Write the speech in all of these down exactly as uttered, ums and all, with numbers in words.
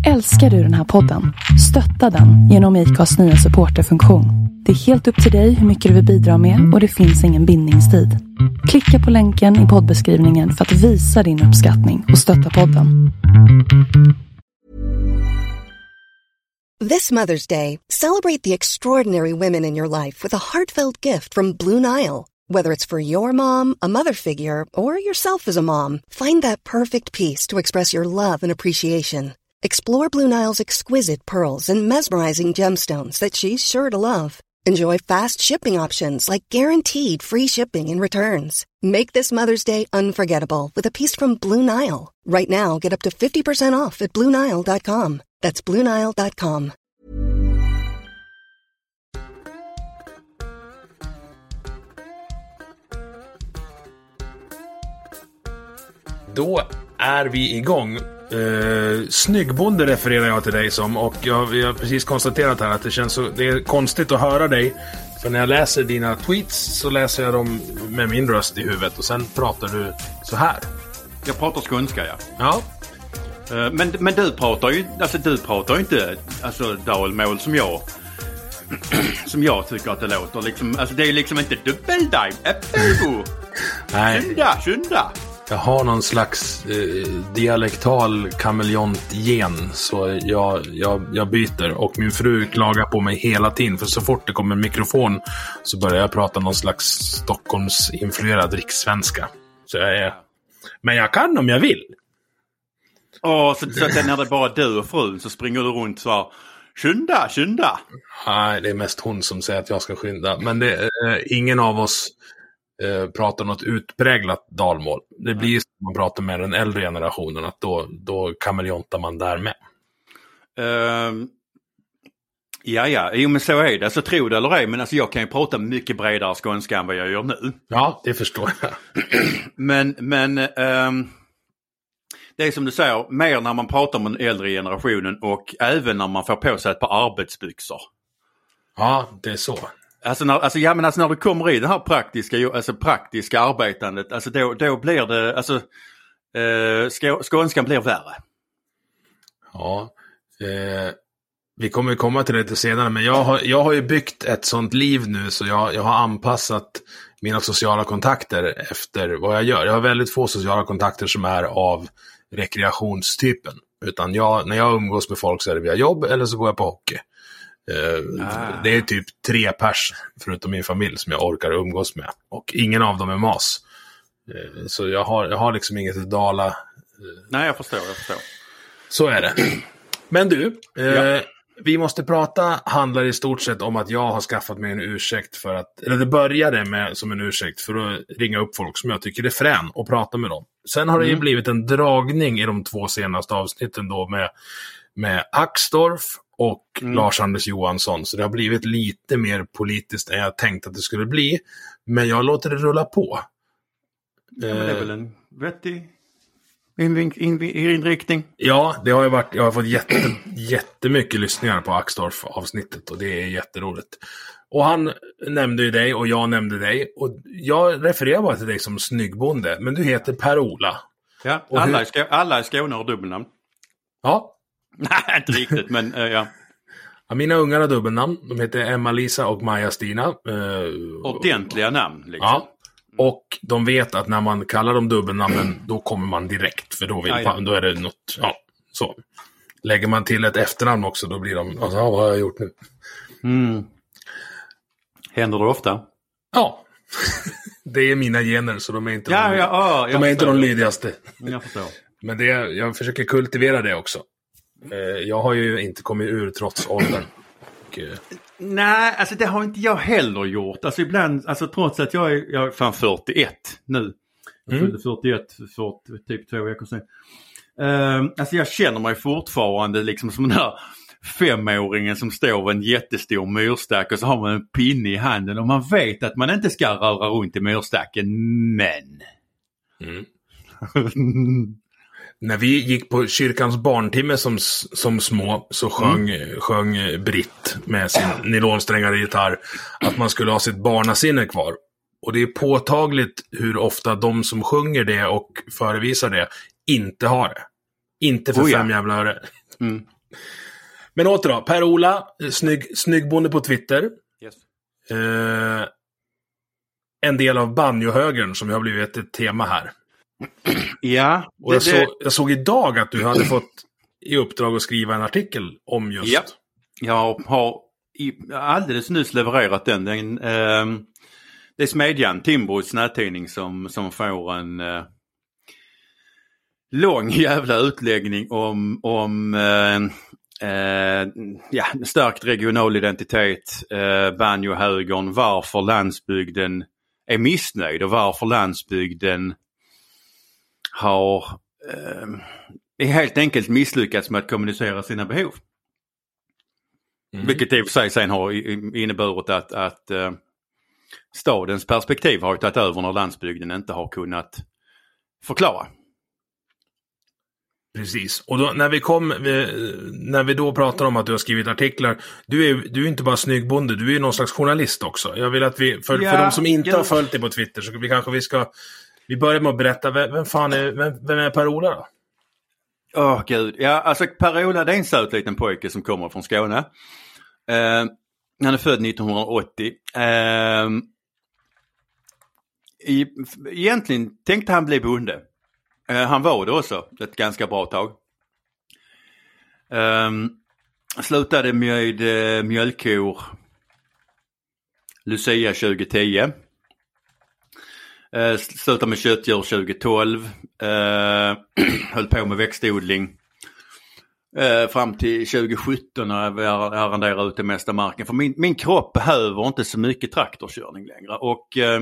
Älskar du den här podden? Stötta den genom I C A:s nya supporterfunktion. Det är helt upp till dig hur mycket du vill bidra med och det finns ingen bindningstid. Klicka på länken i poddbeskrivningen för att visa din uppskattning och stötta podden. This Mother's Day, celebrate the extraordinary women in your life with a heartfelt gift from Blue Nile. Whether it's for your mom, a mother figure, or yourself as a mom, find that perfect piece to express your love and appreciation. Explore Blue Nile's exquisite pearls and mesmerizing gemstones that she's sure to love. Enjoy fast shipping options like guaranteed free shipping and returns. Make this Mother's Day unforgettable with a piece from Blue Nile. Right now, get up to fifty percent off at blue nile dot com. That's blue nile dot com. Då är vi igång. Uh, Snyggbonde refererar jag till dig som, och jag, vi har precis konstaterat här att det känns så, det är konstigt att höra dig, för när jag läser dina tweets så läser jag dem med min röst i huvudet och sen pratar du så här. Jag pratar skånska, ja. Ja. Uh, men, men du pratar ju, alltså du pratar ju inte alltså dalmål som jag som jag tycker att det låter liksom, alltså det är liksom inte dubbeldaj, äppelbo. Nej. Skynda, skynda. Jag har någon slags eh, dialektal kameleont-gen, så jag, jag, jag byter. Och min fru klagar på mig hela tiden, för så fort det kommer en mikrofon så börjar jag prata någon slags Stockholms-influerad rikssvenska. Så jag är... Men jag kan om jag vill. Åh, så, så att när det är bara du och frun så springer du runt så här, skynda, skynda. Nej, det är mest hon som säger att jag ska skynda. Men det, eh, ingen av oss Eh, pratar något utpräglat dalmål. Det blir ju som man pratar med den äldre generationen, att då, då kameleontar man där med. Uh, ja, ja. Jo, men så är det. Så tror det eller ej. Men alltså, jag kan ju prata mycket bredare skånska än vad jag gör nu. Ja, det förstår jag. men men um, det är som du säger, mer när man pratar om den äldre generationen och även när man får på sig ett par arbetsbyxor. Ja, det är så. Alltså när, alltså, ja, men alltså när du kommer i det här praktiska, alltså praktiska arbetandet, alltså då, då blir det, alltså eh, skå, skånskan blir värre. Ja, eh, vi kommer komma till det lite senare, men jag har, jag har ju byggt ett sånt liv nu, så jag, jag har anpassat mina sociala kontakter efter vad jag gör. Jag har väldigt få sociala kontakter som är av rekreationstypen, utan jag, när jag umgås med folk så är det via jobb eller så går jag på hockey. Uh, ah. Det är typ tre pers förutom min familj som jag orkar umgås med, och ingen av dem är mas. uh, Så jag har, jag har liksom inget att dala. uh, Nej, jag förstår, jag förstår. Så är det. Men du, uh, ja. Vi måste prata, handlar i stort sett om att jag har skaffat mig en ursäkt för att, eller det började med som en ursäkt för att ringa upp folk som jag tycker är frän och prata med dem. Sen har det mm. ju blivit en dragning i de två senaste avsnitten då med, med Axdorff och mm. Lars-Anders Johansson. Så det har blivit lite mer politiskt än jag tänkte att det skulle bli. Men jag låter det rulla på. Ja, men det är väl en vettig inriktning. Ja, det har ju varit, jag har fått jätte, jättemycket lyssningar på Axdorff-avsnittet, och det är jätteroligt. Och han nämnde ju dig och jag nämnde dig. Och jag refererar bara till dig som snyggbonde, men du heter Per-Ola. Ja, alla, hur... ska, alla är Skåne och dubbelnamn. Ja. Nej, inte riktigt, men uh, ja. Ja. Mina ungar har dubbelnamn. De heter Emma-Lisa och Maja-Stina. Uh, Ordentliga namn, liksom. Ja. Och de vet att när man kallar dem dubbelnamnen, då kommer man direkt. För då, vill, ja, ja. då är det något, ja, så. Lägger man till ett efternamn också, då blir de, alltså, vad har jag gjort nu? Mm. Händer det ofta? Ja. Det är mina gener, så de är inte, ja, de, ja, oh, de, är inte de lydigaste. Jag förstår. Men det, jag försöker kultivera det också. Jag har ju inte kommit ur trots åldern. Och, nej, alltså det har inte jag heller gjort. Alltså ibland, alltså trots att jag är, jag är fan fyrtioett nu. Jag fyllde fyrtioett för typ två veckor sedan. Uh, alltså jag känner mig fortfarande liksom som den där femåringen som står vid en jättestor myrstack och så har man en pinne i handen och man vet att man inte ska röra runt i myrstacken, men... Mm. När vi gick på kyrkans barntimme som, som små, så sjöng, mm. sjöng Britt med sin nylonsträngade gitarr att man skulle ha sitt barnasinne kvar. Och det är påtagligt hur ofta de som sjunger det och förevisar det inte har det. Inte för oh, ja. fem jävla öre. Mm. Men åter då, Per-Ola, snygg, snygg bonde på Twitter. Yes. Eh, en del av banjohögern som har blivit ett tema här. Ja. Och jag, det, så, jag såg idag att du hade fått i uppdrag att skriva en artikel om just. Ja. Jag har i, alldeles nyss levererat den. den eh, det är Smedjan, Timbros nättidning som, som får en eh, lång jävla utläggning om, om eh, eh, ja, starkt regional identitet, eh, banjohögern, varför landsbygden är missnöjd och varför landsbygden har eh, helt enkelt misslyckats med att kommunicera sina behov. Mm. Vilket i och för sig sen har inneburit att, att eh, stadens perspektiv har tagit över när landsbygden inte har kunnat förklara. Precis. Och då, när vi kom vi, när vi då pratar om att du har skrivit artiklar, du är du är inte bara snyggbonde, du är någon slags journalist också. Jag vill att vi för, ja, för de som inte ja. har följt dig på Twitter så vi kanske vi ska vi börjar med att berätta vem, vem fan är vem, vem är Per-Ola då? Åh oh, gud. Ja, alltså Per-Ola, det är en söt liten pojke som kommer från Skåne. Uh, han är född nittonhundraåttio. Uh, i, egentligen tänkte han bli bonde. Uh, han var det också ett ganska bra tag. Uh, slutade med uh, mjölkkor Lucia tjugohundratio. Uh, slutade med köttdjur tjugotolv. Uh, höll på med växtodling uh, fram till tjugosjutton när vi arrenderade ut det mesta marken. För min, min kropp behöver inte så mycket traktorkörning längre. Och uh,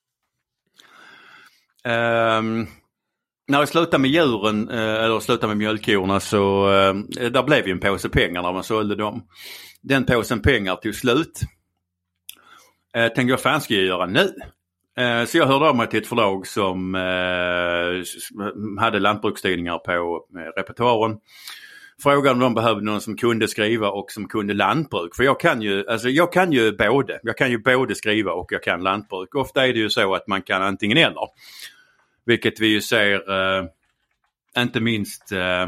uh, när jag slutade med djuren uh, eller slutade med mjölkkorna så uh, där blev ju en påse pengar när man sålde dem. Den påsen pengar tog slut. Uh, tänkte jag, fan ska jag göra nu? Så jag hörde av mig till ett förlag som eh, hade lantbrukstidningar på eh, repertoaren. Frågade om de behövde någon som kunde skriva och som kunde lantbruk. För jag kan ju, alltså jag kan ju både. Jag kan ju både skriva och jag kan lantbruk. Ofta är det ju så att man kan antingen eller. Vilket vi ju ser eh, inte minst eh,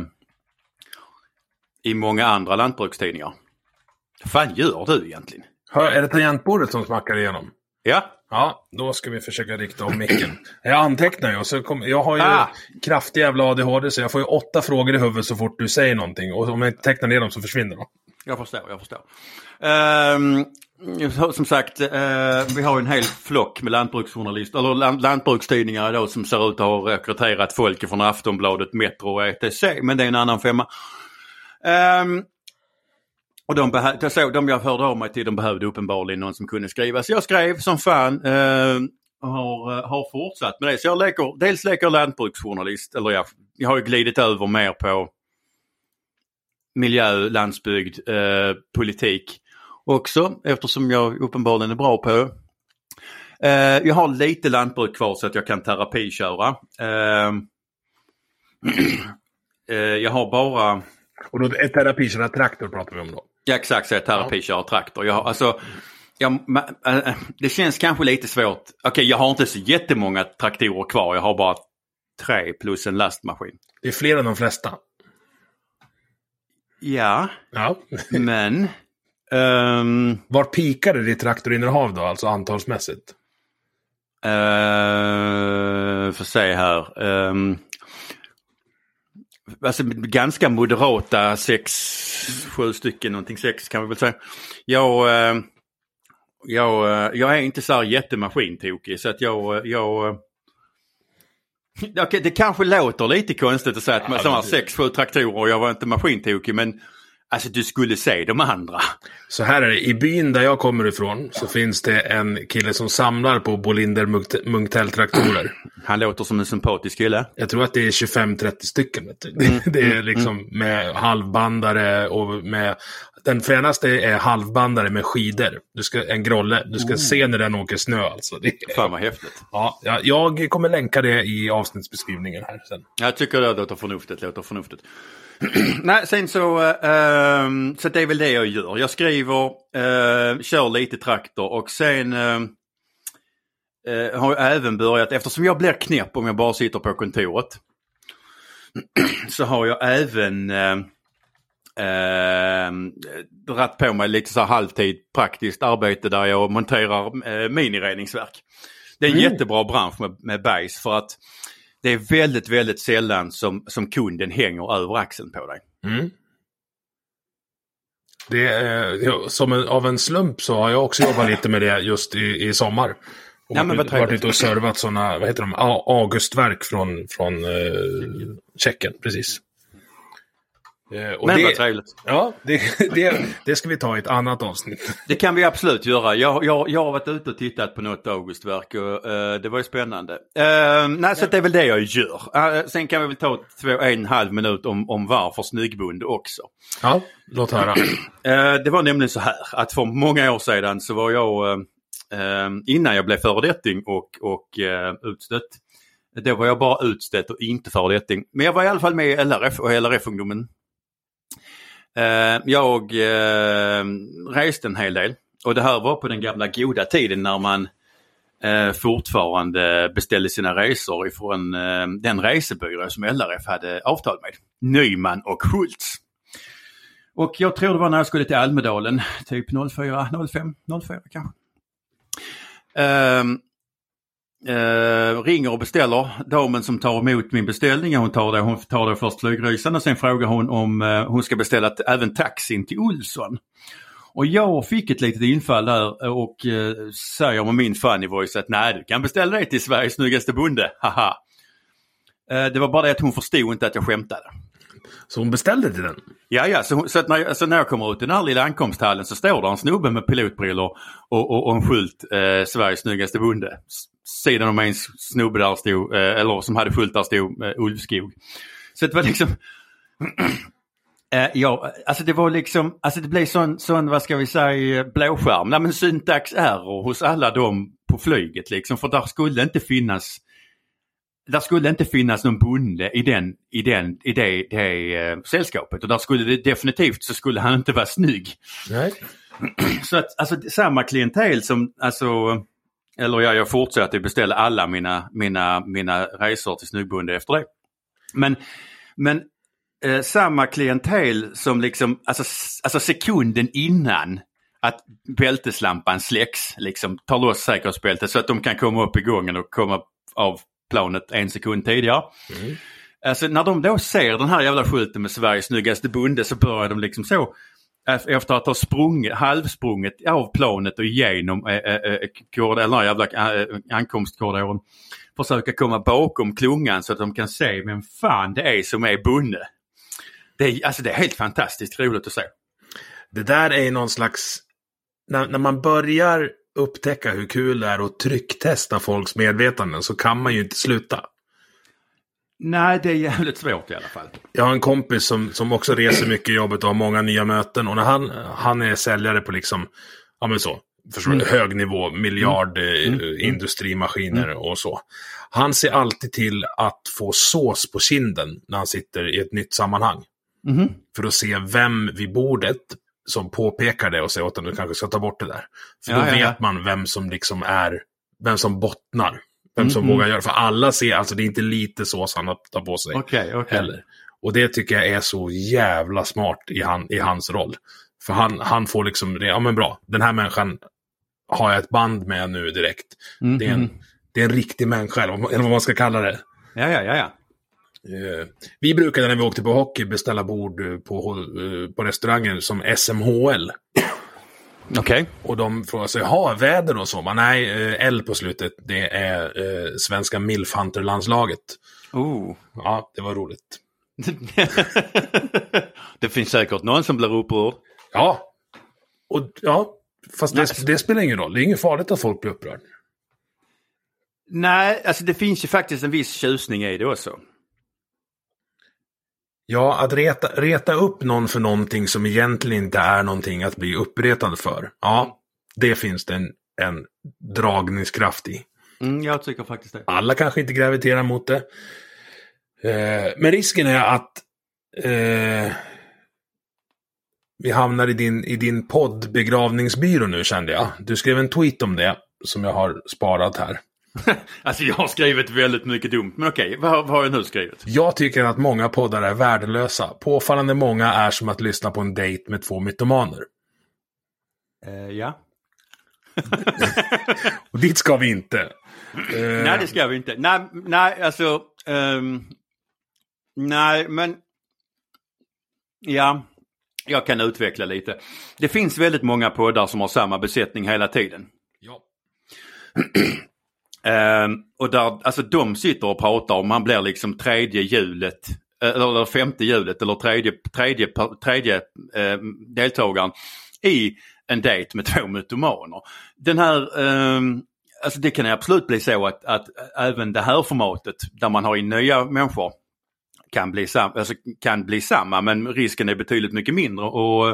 i många andra lantbrukstidningar. Vad fan gör du egentligen? Hör, är det tangentbordet som smackar igenom? Ja. Ja, då ska vi försöka rikta om micken. Jag antecknar ju. Så kom, jag har ju ah. kraftig jävla A D H D så jag får ju åtta frågor i huvudet så fort du säger någonting. Och om jag inte tecknar ner dem så försvinner de. Jag förstår, jag förstår. Uh, som sagt, uh, vi har en hel flock med lantbruksjournalister, eller lant- lantbrukstidningar då, som ser ut att ha rekryterat folk från Aftonbladet, Metro och E T C. Men det är en annan femma. Uh, Och de, behö- så, de jag hörde av mig till, de behövde uppenbarligen någon som kunde skriva. Så jag skrev som fan eh, och har, har fortsatt med det. Så jag leker, dels leker lantbruksjournalist, eller jag, jag har ju glidit över mer på miljö, landsbygd, eh, politik också. Eftersom jag uppenbarligen är bra på det. Eh, jag har lite lantbruk kvar så att jag kan terapiköra. Eh, eh, jag har bara... Och då är terapiköra traktor pratar vi om då? Ja, exakt, så är terapiköra ja. traktor. Jag har, alltså, jag, äh, det känns kanske lite svårt. Okej, okay, jag har inte så jättemånga traktorer kvar. Jag har bara tre plus en lastmaskin. Det är fler än de flesta. Ja, ja. men... Um, Var pikade ditt traktorinnehav då, alltså antalsmässigt? Uh, får se här... Um, Alltså ganska moderata sex, sju stycken, någonting sex kan vi väl säga. Jag, jag, jag är inte så här jättemaskintokig så att jag, jag det kanske låter lite konstigt att säga att man ja, har sex, sju traktorer och jag var inte maskintokig, men alltså du skulle se de andra. Så här är det, i byn där jag kommer ifrån så finns det en kille som samlar på Bolinder Munktell-traktorer. Han låter som en sympatisk kille. Jag tror att det är tjugofem trettio stycken. Mm, det är liksom mm. med halvbandare och med... Den fränaste är halvbandare med skidor. Du ska, en grolle. Du ska mm. se när den åker snö alltså. Det är... Fan vad häftigt. Ja, jag kommer länka det i avsnittsbeskrivningen här sen. Jag tycker det låter förnuftigt, låter förnuftigt. Nej, sen så, uh, så det är väl det jag gör. Jag skriver, uh, kör lite traktor och sen uh, uh, har jag även börjat, eftersom jag blir knäpp om jag bara sitter på kontoret, så har jag även uh, eh, dratt på mig lite så här halvtid praktiskt arbete där jag monterar eh, minireningsverk. Det är en mm. jättebra bransch med, med bajs för att det är väldigt, väldigt sällan som, som kunden hänger över axeln på dig. Mm. Det är, som en, av en slump så har jag också jobbat lite med det just i, i sommar. Och ja, men varit, varit ute och servat sådana, vad heter de, Augustverk från, från uh, Tjeckien, precis. Uh, och men det, vad trevligt. Ja, det, det, det ska vi ta i ett annat avsnitt. Det kan vi absolut göra. Jag, jag, jag har varit ute och tittat på något Augustverk och uh, det var ju spännande. Uh, nej, så det är väl det jag gör. Uh, sen kan vi väl ta två, en och en halv minut om, om varför snyggbonde också. Ja, låt höra. Uh, det var nämligen så här att för många år sedan så var jag... Uh, Uh, innan jag blev föredetting och, och uh, utstött. Då var jag bara utstött och inte föredetting. Men jag var i alla fall med i L R F och L R F-ungdomen. Uh, jag uh, reste en hel del. Och det här var på den gamla goda tiden när man uh, fortfarande beställde sina resor ifrån uh, den resebyrå som L R F hade avtal med. Nyman och Schultz. Och jag tror det var när jag skulle till Almedalen. Typ noll fyra, noll fem, noll fyra kanske. Uh, uh, ringer och beställer. Damen som tar emot min beställning, hon tar det, hon tar det först flygresan och sen frågar hon om uh, hon ska beställa t- även taxin till Olsson. Och jag fick ett litet infall där och uh, säger med min funny voice att nej, du kan beställa det till Sveriges snyggaste bonde. Haha. Uh, det var bara det att hon förstod inte att jag skämtade. Så hon beställde till den? Ja, ja. Så, så att när, jag, så när jag kommer ut i den här lilla ankomsthallen så står där en snubbe med pilotbrillor och, och, och en skylt eh, Sveriges snyggaste bonde. Sidan om en snubbe där stod, eh, eller som hade skylt där stod eh, Ulfskog. Så det var liksom... eh, ja, alltså det var liksom... Alltså det blev sån, sån vad ska vi säga, blåskärm. Nej, men syntax error hos alla dem på flyget liksom. För där skulle inte finnas... Där skulle inte finnas någon bonde i den i den i det, det eh, sällskapet och där skulle det definitivt så skulle han inte vara snygg. Nej. Så att alltså samma klientel som alltså eller ja, jag fortsätter beställa alla mina mina mina resor till snyggbonde efter det. Men men eh, samma klientel som liksom alltså alltså sekunden innan att bälteslampan släcks liksom tar loss säkerhetsbältet så att de kan komma upp i gången och komma av planet en sekund tidigare. Mm. Alltså när de då ser den här jävla skylten med Sveriges snyggaste bonde så börjar de liksom så efter att ha sprungit, halvsprungit av planet och igenom äh, äh, äh, eller jävla äh, ankomstkorridoren försöka komma bakom klungan så att de kan se vem fan det är som är bonde. Det är, alltså det är helt fantastiskt roligt att se. Det där är någon slags när, när man börjar upptäcka hur kul det är att trycktesta folks medvetanden så kan man ju inte sluta. Nej, det är jävligt svårt i alla fall. Jag har en kompis som, som också reser mycket i jobbet och har många nya möten. Och när han, han är säljare på liksom, ja men så, förstår du, mm. hög nivå, miljard mm. Mm. industrimaskiner mm. och så. Han ser alltid till att få sås på kinden när han sitter i ett nytt sammanhang. Mm. För att se vem vid bordet som påpekar det och säger att du kanske ska ta bort det där. För ja, då ja, vet ja. man vem som liksom är, vem som bottnar. Vem som mm, vågar mm. göra. För alla ser, alltså det är inte lite sås han tar på sig okay, okay. heller. Och det tycker jag är så jävla smart i, han, i hans roll. För han, han får liksom, ja men bra, den här människan har jag ett band med nu direkt. Mm, det, är en, mm. det är en riktig människa, eller vad man ska kalla det. Ja, ja, ja, ja. Uh, vi brukade när vi åkte på hockey beställa bord på, uh, på restaurangen som S M H L. Okej. Okay. Och de frågar sig, ha väder och så. Men nej, uh, L på slutet, det är uh, svenska Milf Hunter-landslaget. Oh. Ja, det var roligt. Det finns säkert någon som blir upprörd. Ja, och ja, fast det, det spelar ingen roll. Det är inget farligt att folk blir upprörd. Nej, alltså det finns ju faktiskt en viss tjusning i det också. Ja, att reta, reta upp någon för någonting som egentligen inte är någonting att bli uppretad för. Ja, det finns det en, en dragningskraft i. Mm, jag tycker faktiskt det. Alla kanske inte graviterar mot det. Eh, men risken är att eh, vi hamnar i din, i din podd begravningsbyrå nu, kände jag. Du skrev en tweet om det som jag har sparat här. Alltså jag har skrivit väldigt mycket dumt, men okej, vad, vad har jag nu skrivit? Jag tycker att många poddar är värdelösa. Påfallande många är som att lyssna på en dejt med två mytomaner. Uh, ja. Och dit ska vi inte. Uh... Nej, det ska vi inte. Nej, nej alltså... Um... Nej, men... Ja, jag kan utveckla lite. Det finns väldigt många poddar som har samma besättning hela tiden. Ja. Um, och där, alltså de sitter och pratar om man blir liksom tredje hjulet eller femte hjulet eller tredje, tredje, tredje eh, deltagaren i en dejt med två mytomaner. Den här, um, alltså det kan absolut bli så att, att även det här formatet där man har in nya människor kan bli, sam- alltså kan bli samma, men risken är betydligt mycket mindre. Och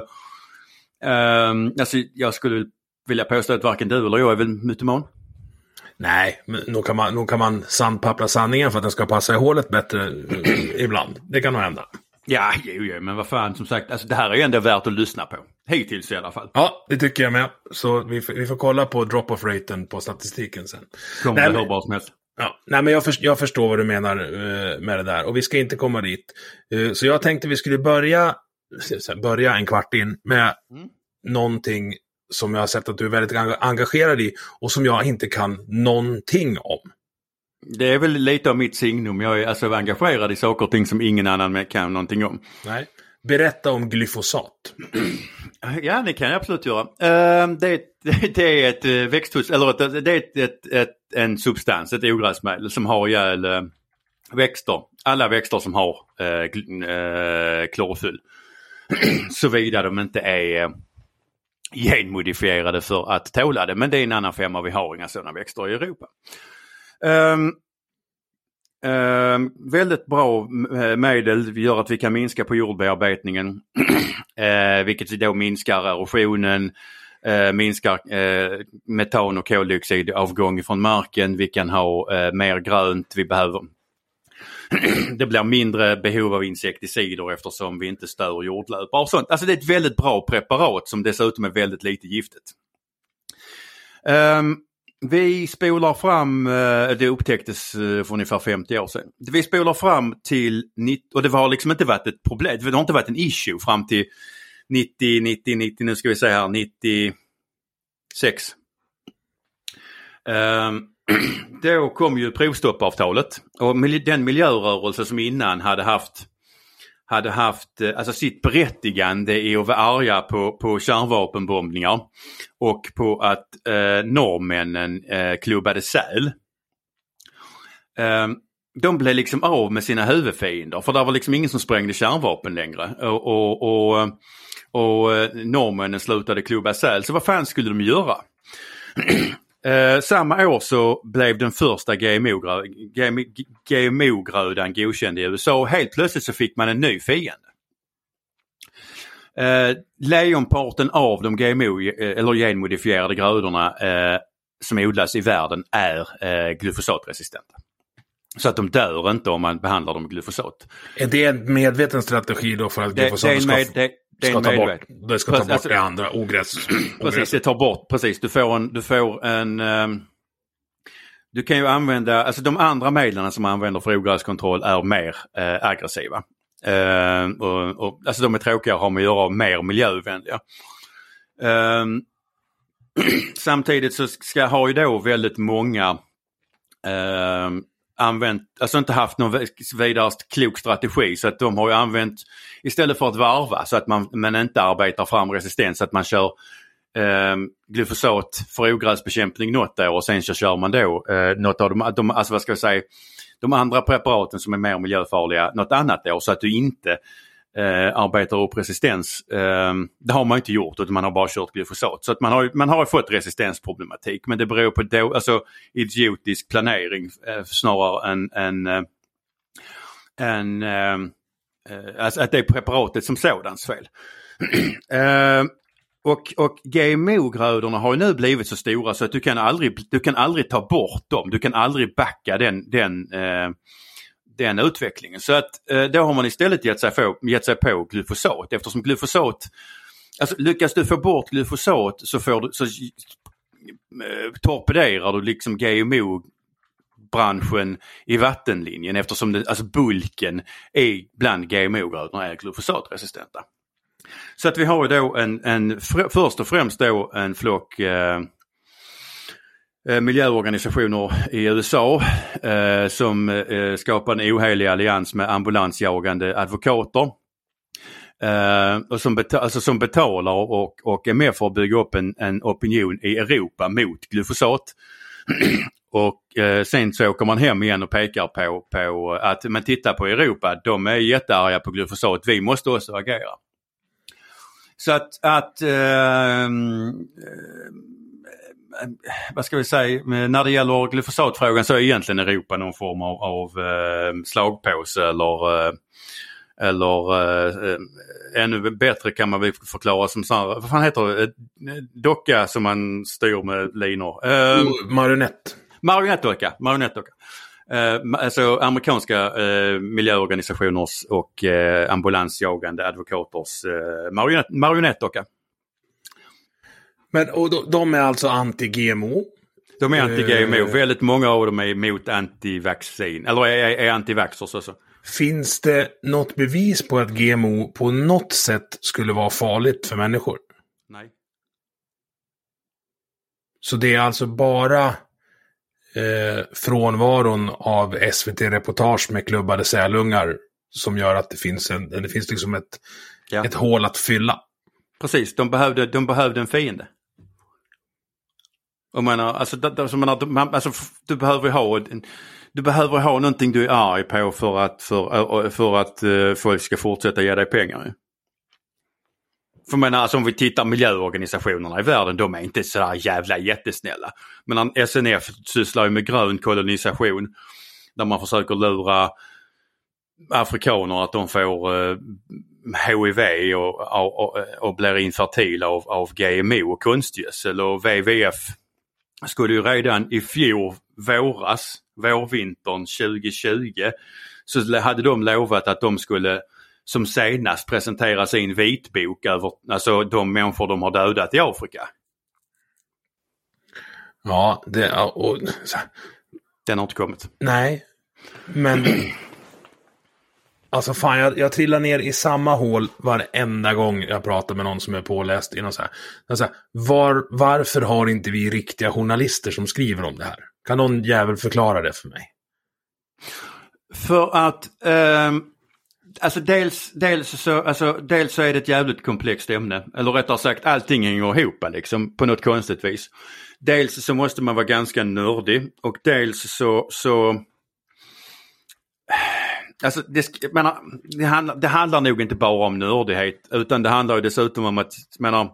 um, alltså jag skulle vilja påstå att varken du eller jag är väl mytoman. Nej, men nog kan man, nog kan man sandpappra sanningen för att den ska passa i hålet bättre ibland. Det kan nog hända. Ja, jo, jo, men vad fan, som sagt, alltså det här är ju ändå värt att lyssna på. Hittills i alla fall. Ja, det tycker jag med. Så vi, vi får kolla på drop-off-raten på statistiken sen. Kommer det hur bra som helst. Ja, nej, men jag, för, jag förstår vad du menar uh, med det där. Och vi ska inte komma dit. Uh, så jag tänkte vi skulle börja, börja en kvart in med mm. någonting som jag har sett att du är väldigt engagerad i och som jag inte kan någonting om. Det är väl lite av mitt signum. Jag är alltså engagerad i saker och ting som ingen annan kan någonting om. Nej. Berätta om glyfosat. Ja, det kan jag absolut göra. Uh, det, det, det är ett växthus, eller ett, det är ett, ett, ett, en substans, ett ogräsmedel som har ihjäl uh, växter. Alla växter som har uh, uh, klorofyll. Såvida de inte är uh, genmodifierade för att tåla det. Men det är en annan femma, vi har inga sådana växter i Europa. Um, um, väldigt bra medel gör att vi kan minska på jordbearbetningen. uh, vilket då minskar erosionen, uh, minskar uh, metan- och koldioxidavgång från marken. Vi kan ha uh, mer grönt, vi behöver det blir mindre behov av insekticider eftersom vi inte stör jordlöpare och sånt. Alltså det är ett väldigt bra preparat som dessutom är väldigt lite giftigt. Um, vi spolar fram, uh, det upptäcktes uh, för ungefär femtio år sedan. Vi spolar fram till, och det har liksom inte varit ett problem, det har inte varit en issue fram till nittio, nittio, nittio, nu ska vi säga här, nittiosex. Um, Då kom ju provstoppavtalet och den miljörörelse som innan hade haft hade haft alltså sitt berättigande i att vara arga på, på kärnvapenbombningar och på att eh, norrmännen eh, klubbade säl. Eh, de blev liksom av med sina huvudfiender för det var liksom ingen som sprängde kärnvapen längre och, och, och, och norrmännen slutade klubba säl. Så vad fan skulle de göra? Eh, samma år så blev den första G M O-grödan godkänd i U S A och helt plötsligt så fick man en ny fiende. Eh, lejonparten av de G M O eller genmodifierade grödorna eh, som odlas i världen är eh, glyfosatresistenta. Så att de dör inte om man behandlar dem med glyfosat. Är det en medveten strategi då för att glyfosat ska... Det, det, Det ska ta bort, det ska ta bort alltså, det andra ogräs. Precis, det tar bort, precis. Du får en, du får en um, du kan ju använda, alltså de andra medlen som man använder för ogräskontroll är mer uh, aggressiva. Uh, och, och, alltså de är tråkiga att ha med att göra, mer miljövänliga. Um, samtidigt så ska, har ju då väldigt många uh, använt, alltså inte haft någon vidare klok strategi så att de har ju använt istället för att varva så att man men inte arbetar fram resistens så att man kör eh, glyfosat för ogräsbekämpning något år och sen så kör man då eh, något av de, de alltså vad ska jag säga de andra preparaten som är mer miljöfarliga något annat år så att du inte eh, arbetar upp resistens. Eh, det har man inte gjort utan man har bara kört glyfosat så att man har man har fått resistensproblematik men det beror på då, alltså idiotisk planering eh, snarare än än eh, än eh, alltså att det är preparatet som sådant fel. eh, och och G M O-grödorna har ju nu blivit så stora så att du kan aldrig du kan aldrig ta bort dem. Du kan aldrig backa den den eh, den utvecklingen. Så att eh, då har man istället gett sig på gett sig på glyfosat eftersom glyfosat alltså lyckas du få bort glyfosat så får du så eh, torpederar du liksom G M O branschen i vattenlinjen eftersom det, alltså bulken är bland G M O-grödorna är glyfosatresistenta. Så att vi har ju då en, en först och främst då en flock eh, miljöorganisationer i U S A eh, som eh, skapar en ohelig allians med ambulansjagande advokater eh, och som, beta- alltså som betalar och, och är med för att bygga upp en, en opinion i Europa mot glyfosat. Och eh, sen så åker man hem igen och pekar på, på att man tittar på Europa, de är jättearga på glyfosat, vi måste också agera. Så att, att eh, eh, vad ska vi säga, när det gäller glyfosatfrågan så är egentligen Europa någon form av, av eh, slagpåse eller, eh, eller eh, ännu bättre kan man väl förklara som så här, vad fan heter det, docka som man styr med linor. Eh, oh, marionett. Marionettdocka, marionettdocka. Eh, alltså amerikanska eh, miljöorganisationers och eh, ambulansjagande advokaters eh, marionett, marionettdocka. Men och de, de är alltså anti-G M O? De är anti-G M O. Eh, Väldigt många av dem är emot antivaccin. Eller är, är antivaxxers också. Finns det något bevis på att G M O på något sätt skulle vara farligt för människor? Nej. Så det är alltså bara eh, frånvaron av S V T-reportage med klubbade sälungar som gör att det finns, en, det finns liksom ett, ja. ett hål att fylla. Precis, de behövde, de behövde en fiende. Och menar, alltså, alltså, menar, alltså, du behöver ha en, du behöver ha någonting du är arg på för att, för, för att uh, folk ska fortsätta ge dig pengar. För menar, alltså, om vi tittar miljöorganisationerna i världen, de är inte så jävla jättesnälla. Men S N F sysslar ju med grön kolonisation där man försöker lura afrikaner att de får uh, H I V och, och, och blir infertila av, av G M O och konstgödsel, och W W F skulle ju redan i fjol våras, vårvintern tjugo tjugo, så hade de lovat att de skulle som senast presentera sin vitbok över alltså de människor de har dödat i Afrika. Ja, det och, den har inte kommit. Nej, men alltså fan, jag, jag trillar ner i samma hål varenda gång jag pratar med någon som är påläst i någon så här. Så här var, varför har inte vi riktiga journalister som skriver om det här? Kan någon jävel förklara det för mig? För att eh, alltså dels, dels, så, alltså dels så är det ett jävligt komplext ämne. Eller rättare sagt, allting hänger ihop liksom, på något konstigt vis. Dels så måste man vara ganska nördig, och dels så... så Alltså det, menar, det, handlar, det handlar nog inte bara om nördighet, utan det handlar ju dessutom om att, menar,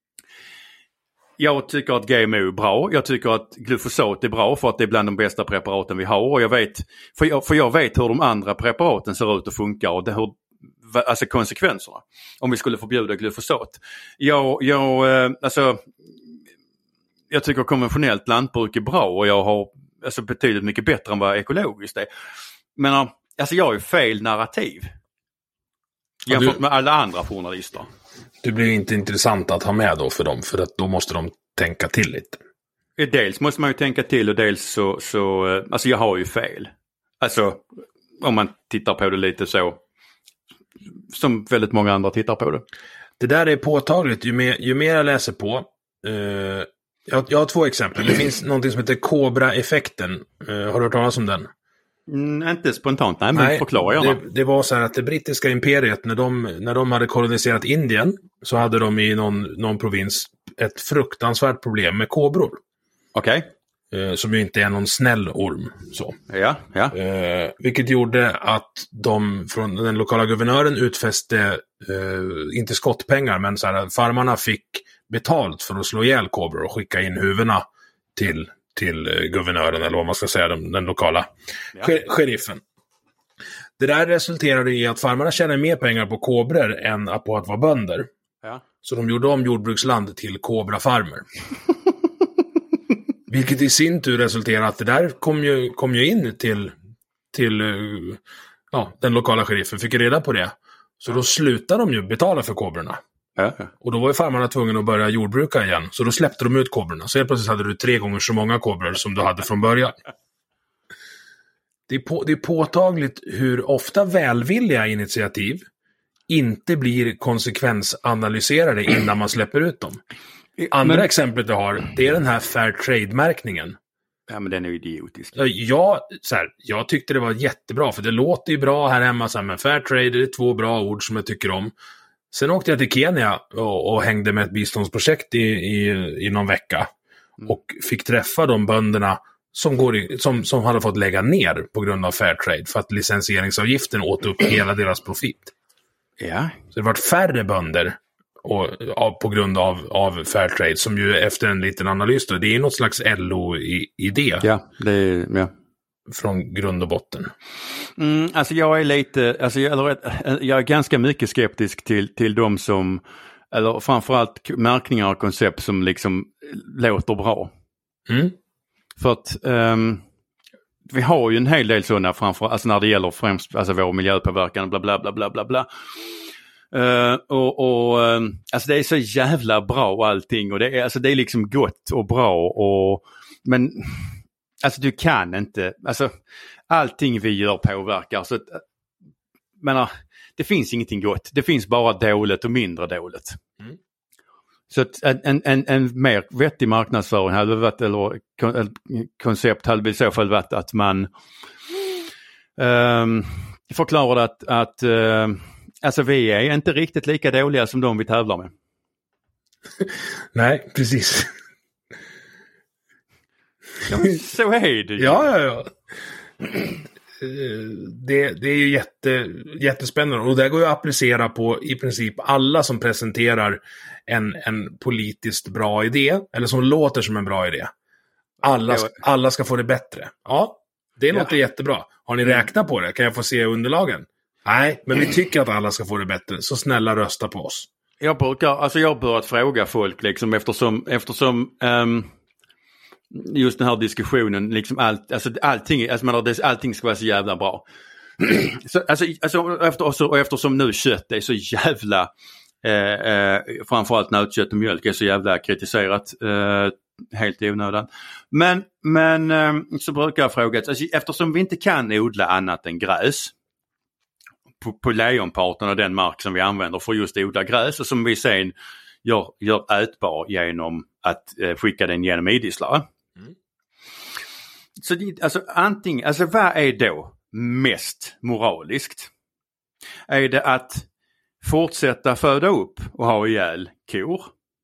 jag tycker att G M O är bra. Jag tycker att glyfosat är bra för att det är bland de bästa preparaten vi har, och jag vet, för jag, för jag vet hur de andra preparaten ser ut och funkar, och det, hur, alltså konsekvenserna om vi skulle förbjuda glyfosat. Jag, jag, alltså, jag tycker konventionellt lantbruk är bra, och jag har alltså betydligt mycket bättre än vad ekologiskt är. Men alltså jag har ju fel narrativ jämfört du, med alla andra journalister. Det blir inte intressant att ha med då för dem, för att då måste de tänka till lite. Dels måste man ju tänka till, och dels så, så alltså jag har ju fel. Alltså om man tittar på det lite så som väldigt många andra tittar på det. Det där är påtagligt ju mer, ju mer jag läser på. Uh, jag, jag har två exempel. Det finns någonting som heter Cobra-effekten. Uh, har du hört talas om den? Mm, inte spontant, nej, men nej, förklara gärna. Det, det var så här att det brittiska imperiet, när de, när de hade koloniserat Indien, så hade de i någon, någon provins ett fruktansvärt problem med kobror. Okej. Okay. Eh, som ju inte är någon snäll orm. Så. Ja, ja. Eh, vilket gjorde att de från den lokala guvernören utfäste, eh, inte skottpengar, men så här, farmarna fick betalt för att slå ihjäl kobror och skicka in huvudena till till guvernören, eller vad man ska säga, den, den lokala ja. sheriffen. Det där resulterade i att farmarna tjänade mer pengar på kobror än på att vara bönder. Ja. Så de gjorde om jordbruksland till kobrafarmer. Vilket i sin tur resulterade att det där kom ju, kom ju in till, till ja, den lokala sheriffen, fick reda på det. Så då slutade de ju betala för kobrorna. Ja. Och då var ju farmarna tvungna att börja jordbruka igen. Så då släppte de ut kobrorna. Så helt plötsligt hade du tre gånger så många kobror som du hade från början. det är, på, det är påtagligt hur ofta välvilliga initiativ inte blir konsekvensanalyserade innan man släpper ut dem. Andra men... exemplet jag har, det är den här fair trade-märkningen. Ja, men den är ju idiotisk. Jag, så här, jag tyckte det var jättebra, för det låter ju bra här hemma, så här, men fair trade, det är två bra ord som jag tycker om. Sen åkte jag till Kenya och, och hängde med ett biståndsprojekt i, i, i någon vecka. Mm. Och fick träffa de bönderna som, går i, som, som hade fått lägga ner på grund av fair trade, för att licensieringsavgiften åt upp hela deras profit. Ja. Så det varit färre bönder och, av, på grund av, av fair trade, som ju efter en liten analys då, det är något slags L O-idé. Ja, det är, ja. Från grund och botten. Mm, alltså jag är lite, alltså jag, eller, jag är ganska mycket skeptisk till, till de som, eller framförallt märkningar och koncept som liksom låter bra. Mm. För att um, vi har ju en hel del sådana framför, alltså när det gäller främst alltså vår miljöpåverkan, bla bla bla bla bla bla. Uh, och, och um, alltså det är så jävla bra och allting, och det är, alltså det är liksom gott och bra, och men alltså du kan inte, alltså allting vi gör påverkar, så att, menar, det finns ingenting gott, det finns bara dåligt och mindre dåligt. Mm. Så att en, en, en mer vettig marknadsföring hade varit, eller kon, koncept hade i så fall varit att man um, förklarade att, att uh, alltså vi är inte riktigt lika dåliga som de vi tävlar med. Nej, precis. Ja, så är det ju. Ja, ja, ja. Det, det är ju jätte, jättespännande, och det går ju att applicera på i princip alla som presenterar en, en politiskt bra idé, eller som låter som en bra idé. Alla, alla ska få det bättre. Ja, det låter ja. jättebra. Har ni räknat på det? Kan jag få se underlagen? Nej, men vi tycker att alla ska få det bättre, så snälla rösta på oss. Jag brukar, alltså jag har börjat fråga folk liksom, eftersom, eftersom um... just den här diskussionen, liksom allt, alltså allting, alltså man, allting ska vara så jävla bra. så, alltså, alltså, efter, så, och eftersom nu kött är så jävla, eh, eh, framförallt nötkött och mjölk är så jävla kritiserat, eh, helt i onödan. Men, men eh, så brukar jag fråga, alltså, eftersom vi inte kan odla annat än gräs på, på lejonparten av den mark som vi använder för just odla gräs, och som vi sen gör, gör ätbar genom att eh, skicka den genom idisslare. Mm. Så det, alltså antingen, alltså vad är då mest moraliskt? Är det att fortsätta föda upp och ha ihjäl kor?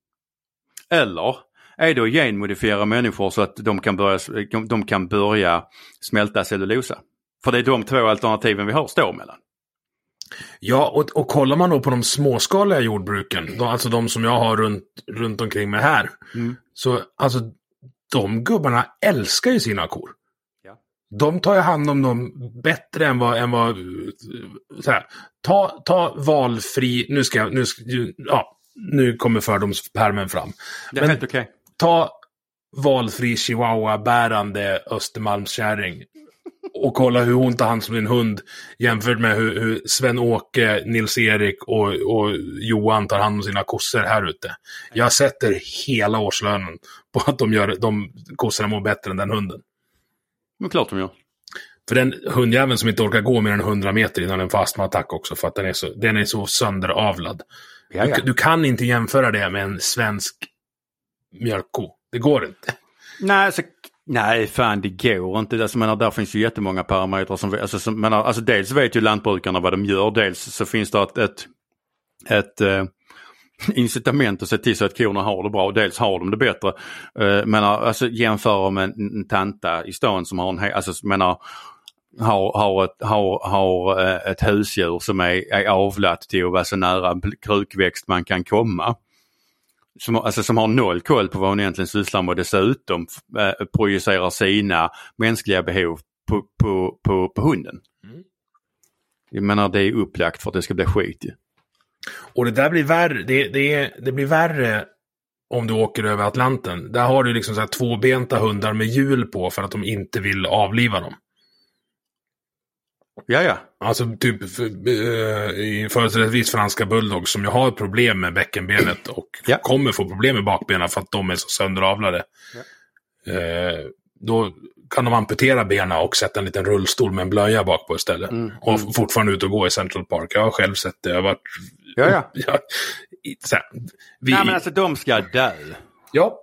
Eller är det att genmodifiera människor så att de kan börja, de kan börja smälta cellulosa? För det är de två alternativen vi har står mellan. Ja, och, och kollar man då på de småskaliga jordbruken, då, alltså de som jag har runt, runt omkring mig här, mm. så alltså de gubbarna älskar ju sina kor. Ja. De tar ju hand om dem bättre än vad, än vad så här, ta, ta valfri, nu ska jag, nu, ska, ja, nu kommer fördomspärmen fram. Det är Men, helt okej. Okay. Ta valfri chihuahua-bärande Östermalmskärring och kolla hur hon tar hand om sin hund jämfört med hur, hur Sven-Åke, Nils-Erik och, och Johan tar hand om sina kossor här ute. Jag sätter hela årslönen på att de gör de kossorna mår bättre än den hunden. Men klart de gör. För den hundjäveln som inte orkar gå mer än hundra meter innan den får astmaattack också, för att den är så, den är så sönderavlad. Ja, ja. Du, du kan inte jämföra det med en svensk mjölkko. Det går inte. Nej, alltså Nej, fan det går inte. Alltså, menar, där finns ju jättemånga parametrar som, alltså, som menar, alltså dels vet ju lantbrukarna vad de gör, dels så finns det ett, ett, ett äh, incitament att se till så att korna har det bra, och dels har de det bättre. Äh, menar, alltså jämföra med en, en tanta i stan som har en, alltså menar, har, har, ett, har, har ett husdjur som är, är avlat till att vara så nära krukväxt man kan komma. Som, alltså, som har noll koll på vad hon egentligen sysslar med, och dessutom eh, projicerar sina mänskliga behov på, på, på, på hunden. Mm. Jag menar, det är upplagt för att det ska bli skit. Och det där blir värre, det, det, det blir värre om du åker över Atlanten. Där har du liksom så här tvåbenta hundar med hjul på för att de inte vill avliva dem. Ja, ja. Alltså typ i företrädesvis franska bulldogs som jag har problem med bäckenbenet och ja. kommer få problem med bakbenen för att de är så sönderavlade. Ja. Eh, då kan de amputera benen och sätta en liten rullstol med en blöja bak på istället. Mm. Och fortfarande ut och gå i Central Park. Jag har själv sett det. Jag har varit... Ja, ja. ja så här, vi... Nej, men alltså de ska dö. Ja.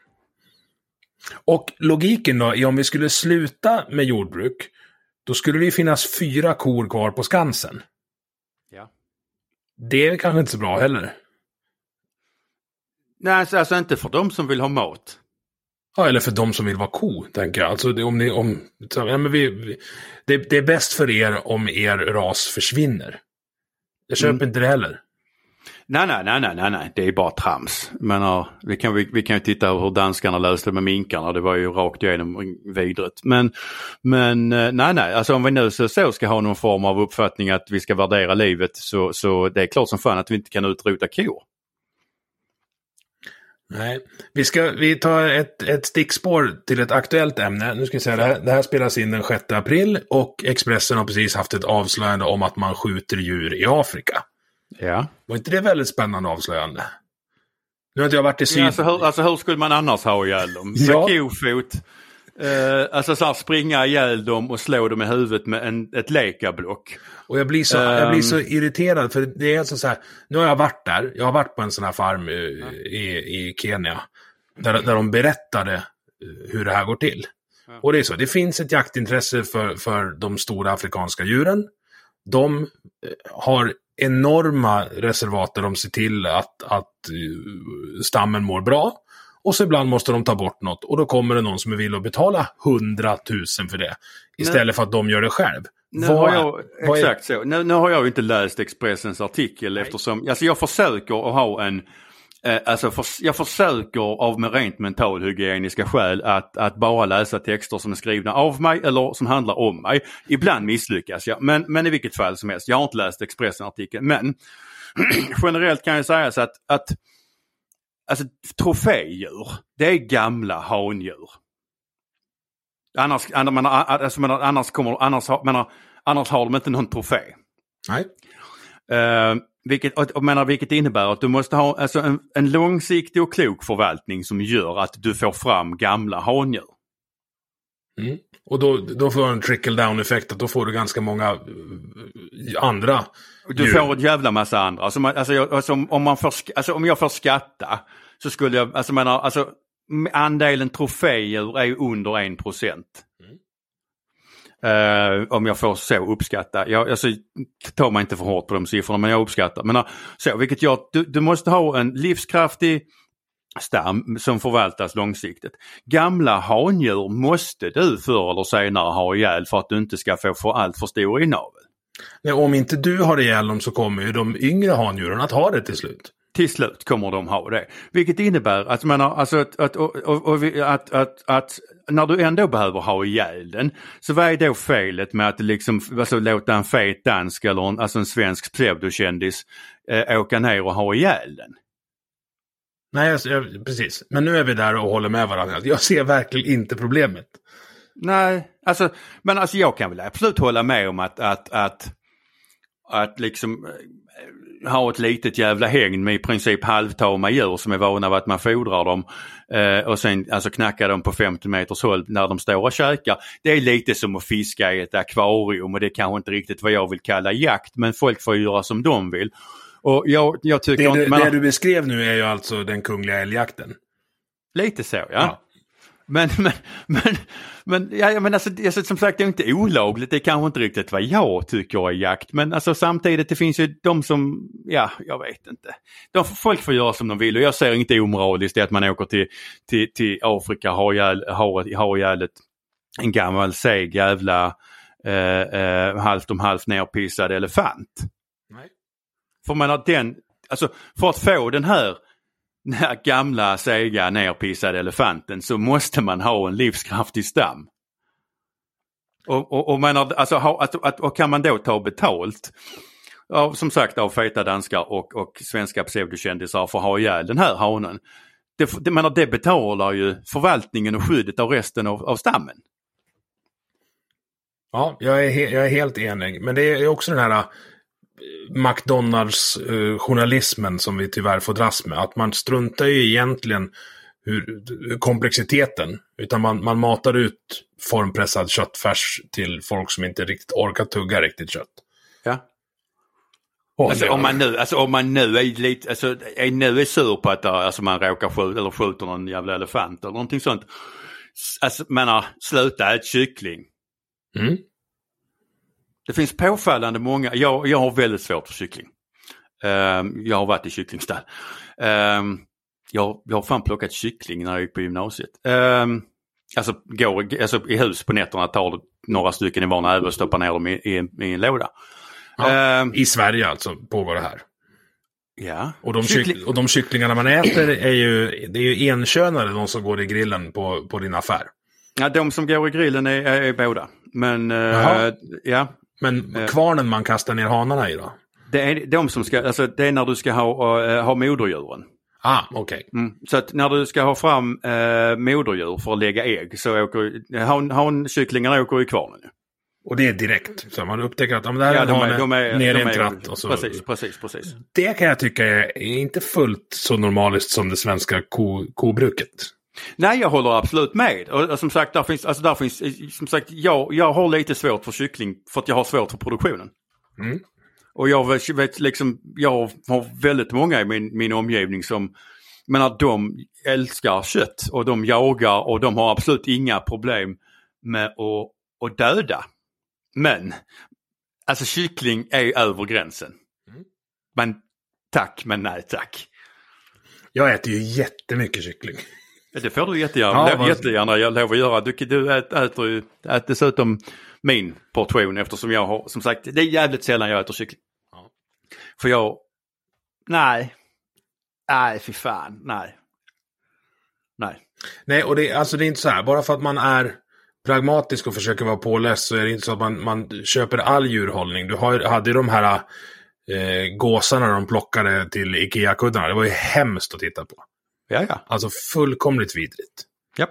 Och logiken då, om vi skulle sluta med jordbruk, då skulle det ju finnas fyra kor kvar på Skansen. Ja. Det är kanske inte så bra heller. Nej, alltså, alltså inte för de som vill ha mat. Ja, eller för de som vill vara ko, tänker jag. Alltså, det, om ni, om, ja, men vi, vi, det, det är bäst för er om er ras försvinner. Jag köper mm. inte det heller. Nej, nej, nej, nej, nej, nej. Det är bara trams. Men uh, vi kan vi, vi kan ju titta hur danskarna löste med minkarna. Det var ju rakt igenom vidret. Men, men uh, nej, nej. Alltså om vi nu så, så ska ha någon form av uppfattning att vi ska värdera livet, så, så det är klart som fan att vi inte kan utrota kor. Nej, vi ska vi tar ett, ett stickspår till ett aktuellt ämne. Nu ska jag säga det här, det här spelas in den sjätte april och Expressen har precis haft ett avslöjande om att man skjuter djur i Afrika. Ja. Var inte det väldigt spännande avslöjande? Nu har inte jag varit i syd... Ja, alltså, hur, alltså hur skulle man annars ha ihjäl dem? Ja. Med kofot, eh, alltså så här, springa ihjäl dem och slå dem i huvudet med en, ett lekablock. Och jag blir, så, um... jag blir så irriterad, för det är alltså så här, nu har jag varit där, jag har varit på en sån här farm i, ja. i, i Kenya, där, där de berättade hur det här går till. Ja. Och det är så, det finns ett jaktintresse för, för de stora afrikanska djuren. De har enorma reservat där de ser till att, att stammen mår bra. Och så ibland måste de ta bort något. Och då kommer det någon som är villig att betala hundratusen för det. Istället Nej. för att de gör det själv. Nu har jag, exakt är... så. Nu, nu har jag ju inte läst Expressens artikel. Nej. Eftersom alltså jag försöker att ha en... Eh, alltså för, jag försöker av med rent mentalhygieniska skäl att, att bara läsa texter som är skrivna av mig eller som handlar om mig. Ibland misslyckas jag. Men, men i vilket fall som helst. Jag har inte läst Expressen-artikeln. Men generellt kan jag säga så att, att alltså, trofédjur, det är gamla handjur. Annars, annars, annars, kommer, annars, menar, annars har de inte någon trofé. Nej. Uh, vilket, och, och menar, vilket innebär att du måste ha alltså, en, en långsiktig och klok förvaltning som gör att du får fram gamla handjur. Mm. Och då, då får du en trickle-down-effekt, att då får du ganska många andra Du djur. Får ett jävla massa andra. Alltså, man, alltså, jag, alltså, om, man får, alltså, om jag får skatta så skulle jag, alltså, menar, alltså andelen trofédjur är ju under en procent. Mm. Uh, om jag får så uppskatta. Jag alltså, tar mig inte för hårt på de siffrorna, men jag uppskattar. Men, uh, så, vilket gör, du, du måste ha en livskraftig stam som förvaltas långsiktigt. Gamla handjur måste du förr eller senare ha ihjäl för att du inte ska få för allt för stor inavel. Nej, om inte du har ihjäl dem så kommer ju de yngre handjuren att ha det till slut. Till slut kommer de ha det. Vilket innebär att, menar, alltså att, att, och, och, och, att, att, att när du ändå behöver ha ihjäl den, så vad är då felet med att liksom, alltså, låta en fet dansk eller en, alltså en svensk pseudokändis eh, åka ner och ha ihjäl den? Nej, alltså, jag, precis. Men nu är vi där och håller med varandra. Jag ser verkligen inte problemet. Nej, alltså, men alltså jag kan väl absolut hålla med om att, att, att, att liksom ha ett litet jävla hägn med i princip halvtama djur som är vana av att man fodrar dem eh, och sen alltså knacka dem på femtio meters håll när de står och käkar. Det är lite som att fiska i ett akvarium och det är kanske inte riktigt vad jag vill kalla jakt, men folk får göra som de vill. Och jag, jag tycker det, du, man, det du beskrev nu är ju alltså den kungliga älgjakten. Lite så, ja. ja. Men, men, men, men, ja, men alltså, alltså, som sagt, det är inte olagligt. Det är kanske inte riktigt vad jag tycker är jakt. Men alltså, samtidigt, det finns ju de som, ja, jag vet inte. De, folk får göra som de vill. Och jag ser inte omoraliskt att man åker till, till, till Afrika och har ihjäl, har, har ihjäl ett, en gammal seg jävla eh, eh, halvt om halvt nerpissad elefant. Nej. För man har den, alltså, för att få den här den här gamla, sega, nerpissade elefanten så måste man ha en livskraftig stam. Och, och, och, man har, alltså, ha, att, att, och kan man då ta betalt av, som sagt, av feta danskar och, och svenska pseudokändisar för att ha ihjäl den här hanen. Det, det, man har, det betalar ju förvaltningen och skyddet av resten av, av stammen. Ja, jag är, he, jag är helt enig. Men det är också den här McDonalds-journalismen uh, som vi tyvärr får dras med. Att man struntar ju egentligen hur, komplexiteten. Utan man, man matar ut formpressad köttfärs till folk som inte riktigt orkar tugga riktigt kött. Ja. Oh, alltså, om man nu, alltså om man nu är lite, alltså är nu är sur på att alltså, man råkar skjuta eller skjuter någon jävla elefant eller någonting sånt. Alltså, menar, sluta ett kyckling. Mm. Det finns påfallande många, jag, jag har väldigt svårt för kyckling. Um, jag har varit i kycklingstall. Um, jag, jag har fan plockat kyckling när jag gick på gymnasiet. Um, alltså går alltså, i hus på nätterna, tar några stycken i var näve och stoppar ner dem i, i, i en låda. Ja, um, I Sverige alltså pågår det här. Ja. Och de, Kyckling... kyck, och de kycklingarna man äter är ju, det är ju enkönade, de som går i grillen på, på din affär. Ja, de som går i grillen är, är, är båda. Men, uh, ja. Men kvarnen man kastar ner hanarna i då? Det är de som ska, alltså det är när du ska ha, uh, ha moderdjuren. Ah, okej. Okay. Mm, så att när du ska ha fram uh, moderdjur för att lägga ägg så åker, han, han, kycklingarna åker i kvarnen. Och det är direkt. Så man upptäcker att om det här ja, är de är, de är, ner de i en är, tratt. Och så. Precis, precis, precis. Det kan jag tycka är inte fullt så normaliskt som det svenska ko, kobruket. Nej, jag håller absolut med. Och, och som sagt, där finns, alltså där finns, som sagt, jag, jag har lite svårt för kyckling för att jag har svårt för produktionen. Mm. Och jag vet, vet liksom, jag har väldigt många i min, min omgivning som, menar, de älskar kött och de jagar och de har absolut inga problem med att, att döda. Men, alltså kyckling är över gränsen. Mm. Men tack, men nej tack. Jag äter ju jättemycket kyckling. Det får du jättegärna, ja, jättegärna jag lov att göra. Du, du äter ju äter dessutom min portion eftersom jag har, som sagt, det är jävligt sällan jag äter kyckling. Ja. För jag, nej, nej fy fan, nej. Nej. Nej, och det, alltså det är inte så här, bara för att man är pragmatisk och försöker vara påläst så är det inte så att man, man köper all djurhållning. Du har, hade ju de här eh, gåsarna de plockade till Ikea-kuddarna. Det var ju hemskt att titta på. Ja, ja. Alltså fullkomligt vidrigt. Ja.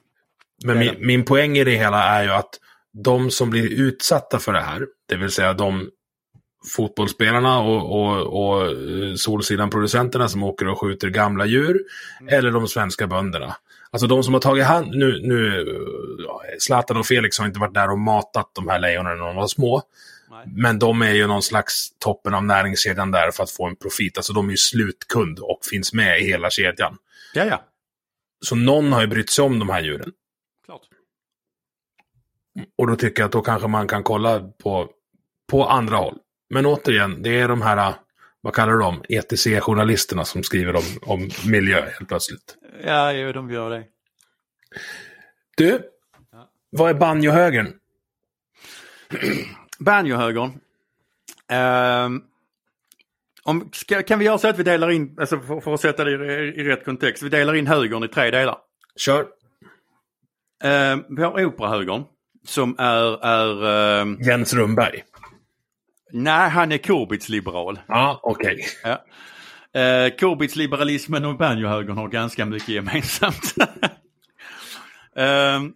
Men min, min poäng i det hela är ju att de som blir utsatta för det här, det vill säga de fotbollsspelarna och, och, och Solsidan-producenterna som åker och skjuter gamla djur, mm. eller de svenska bönderna. Alltså de som har tagit hand, nu, nu Zlatan och Felix har inte varit där och matat de här lejonen när de var små. Nej. Men de är ju någon slags toppen av näringskedjan där för att få en profit. Alltså de är ju slutkund och finns med i hela kedjan. Ja, ja. Så någon har ju brytt sig om de här djuren. Klart. Och då tycker jag att då kanske man kan kolla på, på andra håll. Men återigen, det är de här, vad kallar du dem? E T C-journalisterna som skriver om, om miljö helt plötsligt. Ja, jo, de gör det. Du, ja. Vad är banjohögern? Banjohögern. Um, om, ska, kan vi göra så att vi delar in, alltså för, för att sätta det i, i rätt kontext, vi delar in högern i tre delar. Kör. Um, vi har operahögern som är... är um, Jens Rundberg. Nej, han är Corbitz-liberal. Ja, okej. Okay. Ja. Uh, Corbitz-liberalismen och banjohögern har ganska mycket gemensamt. um,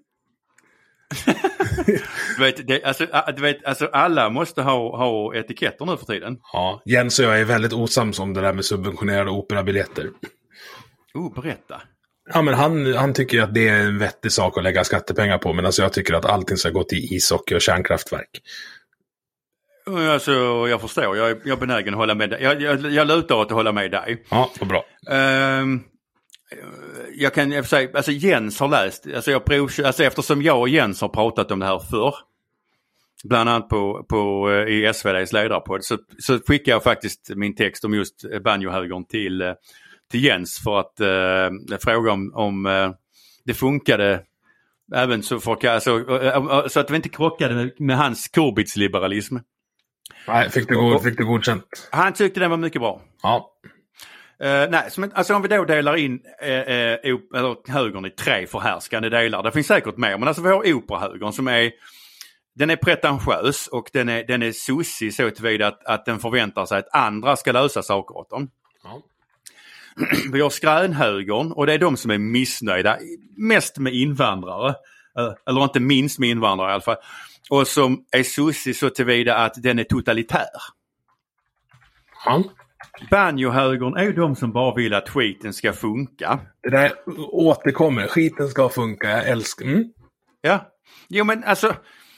du vet, det, alltså, du vet, alltså alla måste ha, ha etiketter nu för tiden. Ja, Jens och jag är väldigt osams om det där med subventionerade operabiljetter. Oh, berätta. Ja, men han, han tycker ju att det är en vettig sak att lägga skattepengar på, men alltså jag tycker att allting ska gå till ishockey och kärnkraftverk. Alltså, jag förstår, jag är, jag är benägen att hålla med dig. Jag, jag, jag lutar åt att hålla med dig. Ja, vad bra. Um, jag kan jag säga, alltså Jens har läst, alltså, jag prov, alltså eftersom jag och Jens har pratat om det här förr, bland annat på, på, i S V D:s ledarpodd, så, så skickar jag faktiskt min text om just banjohögern till, till Jens för att uh, fråga om, om uh, det funkade även så, för, alltså, uh, så att vi inte krockade med, med hans Corbitz-liberalism. Nej, fick du, god, fick du godkänt? Han tyckte den var mycket bra. Ja. Uh, nej, som, alltså om vi då delar in uh, uh, eller högern i tre förhärskande delar. Det finns säkert mer, men alltså vi har operahögern som är, den är pretentiös och den är, den är sossig så tillvida att, att den förväntar sig att andra ska lösa saker åt dem. Ja. Vi har skränhögern och det är de som är missnöjda, mest med invandrare, uh, eller inte minst med invandrare i alla fall. Och som är sossig så tillvida att den är totalitär. Ja. Banjo-högern är ju de som bara vill att skiten ska funka. Det där återkommer. Skiten ska funka. Jag älskar. Mm. Ja. Jo men alltså.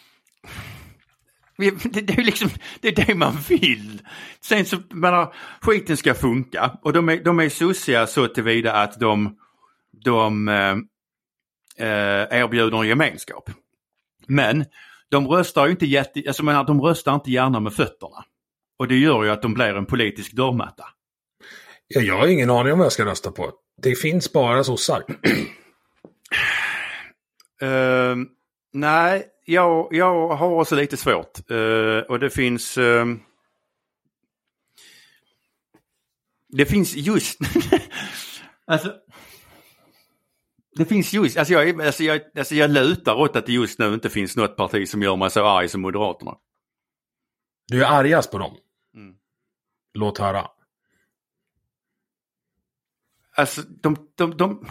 Det, det är ju liksom det är det man vill. Sen så menar, skiten ska funka. Och de är, de är sussiga så tillvida att de, de eh, erbjuder en gemenskap. Men de röstar ju inte jätte, alltså menar, de röstar inte gärna med fötterna. Och det gör ju att de blir en politisk dörrmatta. Ja, jag har ingen aning om vad jag ska rösta på. Det finns bara sossar. uh, nej, jag, jag har också lite svårt. Uh, och det finns... Uh, det finns just... alltså... Det finns just... Alltså jag, alltså, jag, alltså jag lutar åt att det just nu inte finns något parti som gör mig så arg som Moderaterna. Du är argast på dem. Mm. Låt höra. Alltså, de, de, de,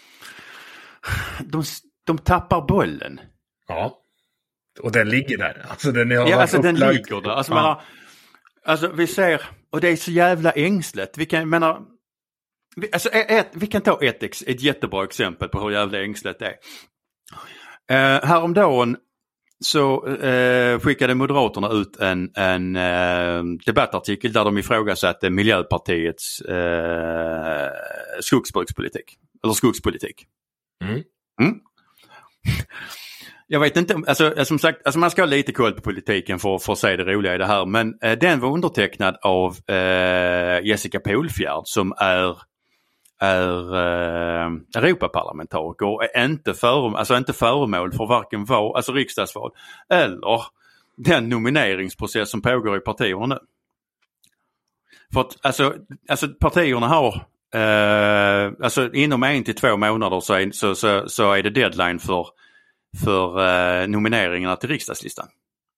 de, de tappar bollen. Ja. Och den ligger där. Alltså den, är ja, alltså den ligger där. Alltså, ja. menar, alltså vi ser, och det är så jävla ängsligt. Vi kan, menar, vi, alltså, ett, vi kan ta ett, ett jättebra exempel på hur jävla ängsligt det är. Uh, häromdagen så eh, skickade Moderaterna ut en, en eh, debattartikel där de ifrågasatte Miljöpartiets eh, skogsbrukspolitik. Eller skogspolitik. Mm. Mm. Jag vet inte, alltså, som sagt, alltså man ska ha lite koll på politiken för, för att se det roliga i det här. Men eh, den var undertecknad av eh, Jessica Polfjärd som är är eh, Europaparlamentariker och är inte, för, alltså inte föremål för varken val, alltså riksdagsval eller den nomineringsprocess som pågår i partierna nu. För att alltså, alltså partierna har eh, alltså inom en till två månader så är, så, så, så är det deadline för, för eh, nomineringarna till riksdagslistan.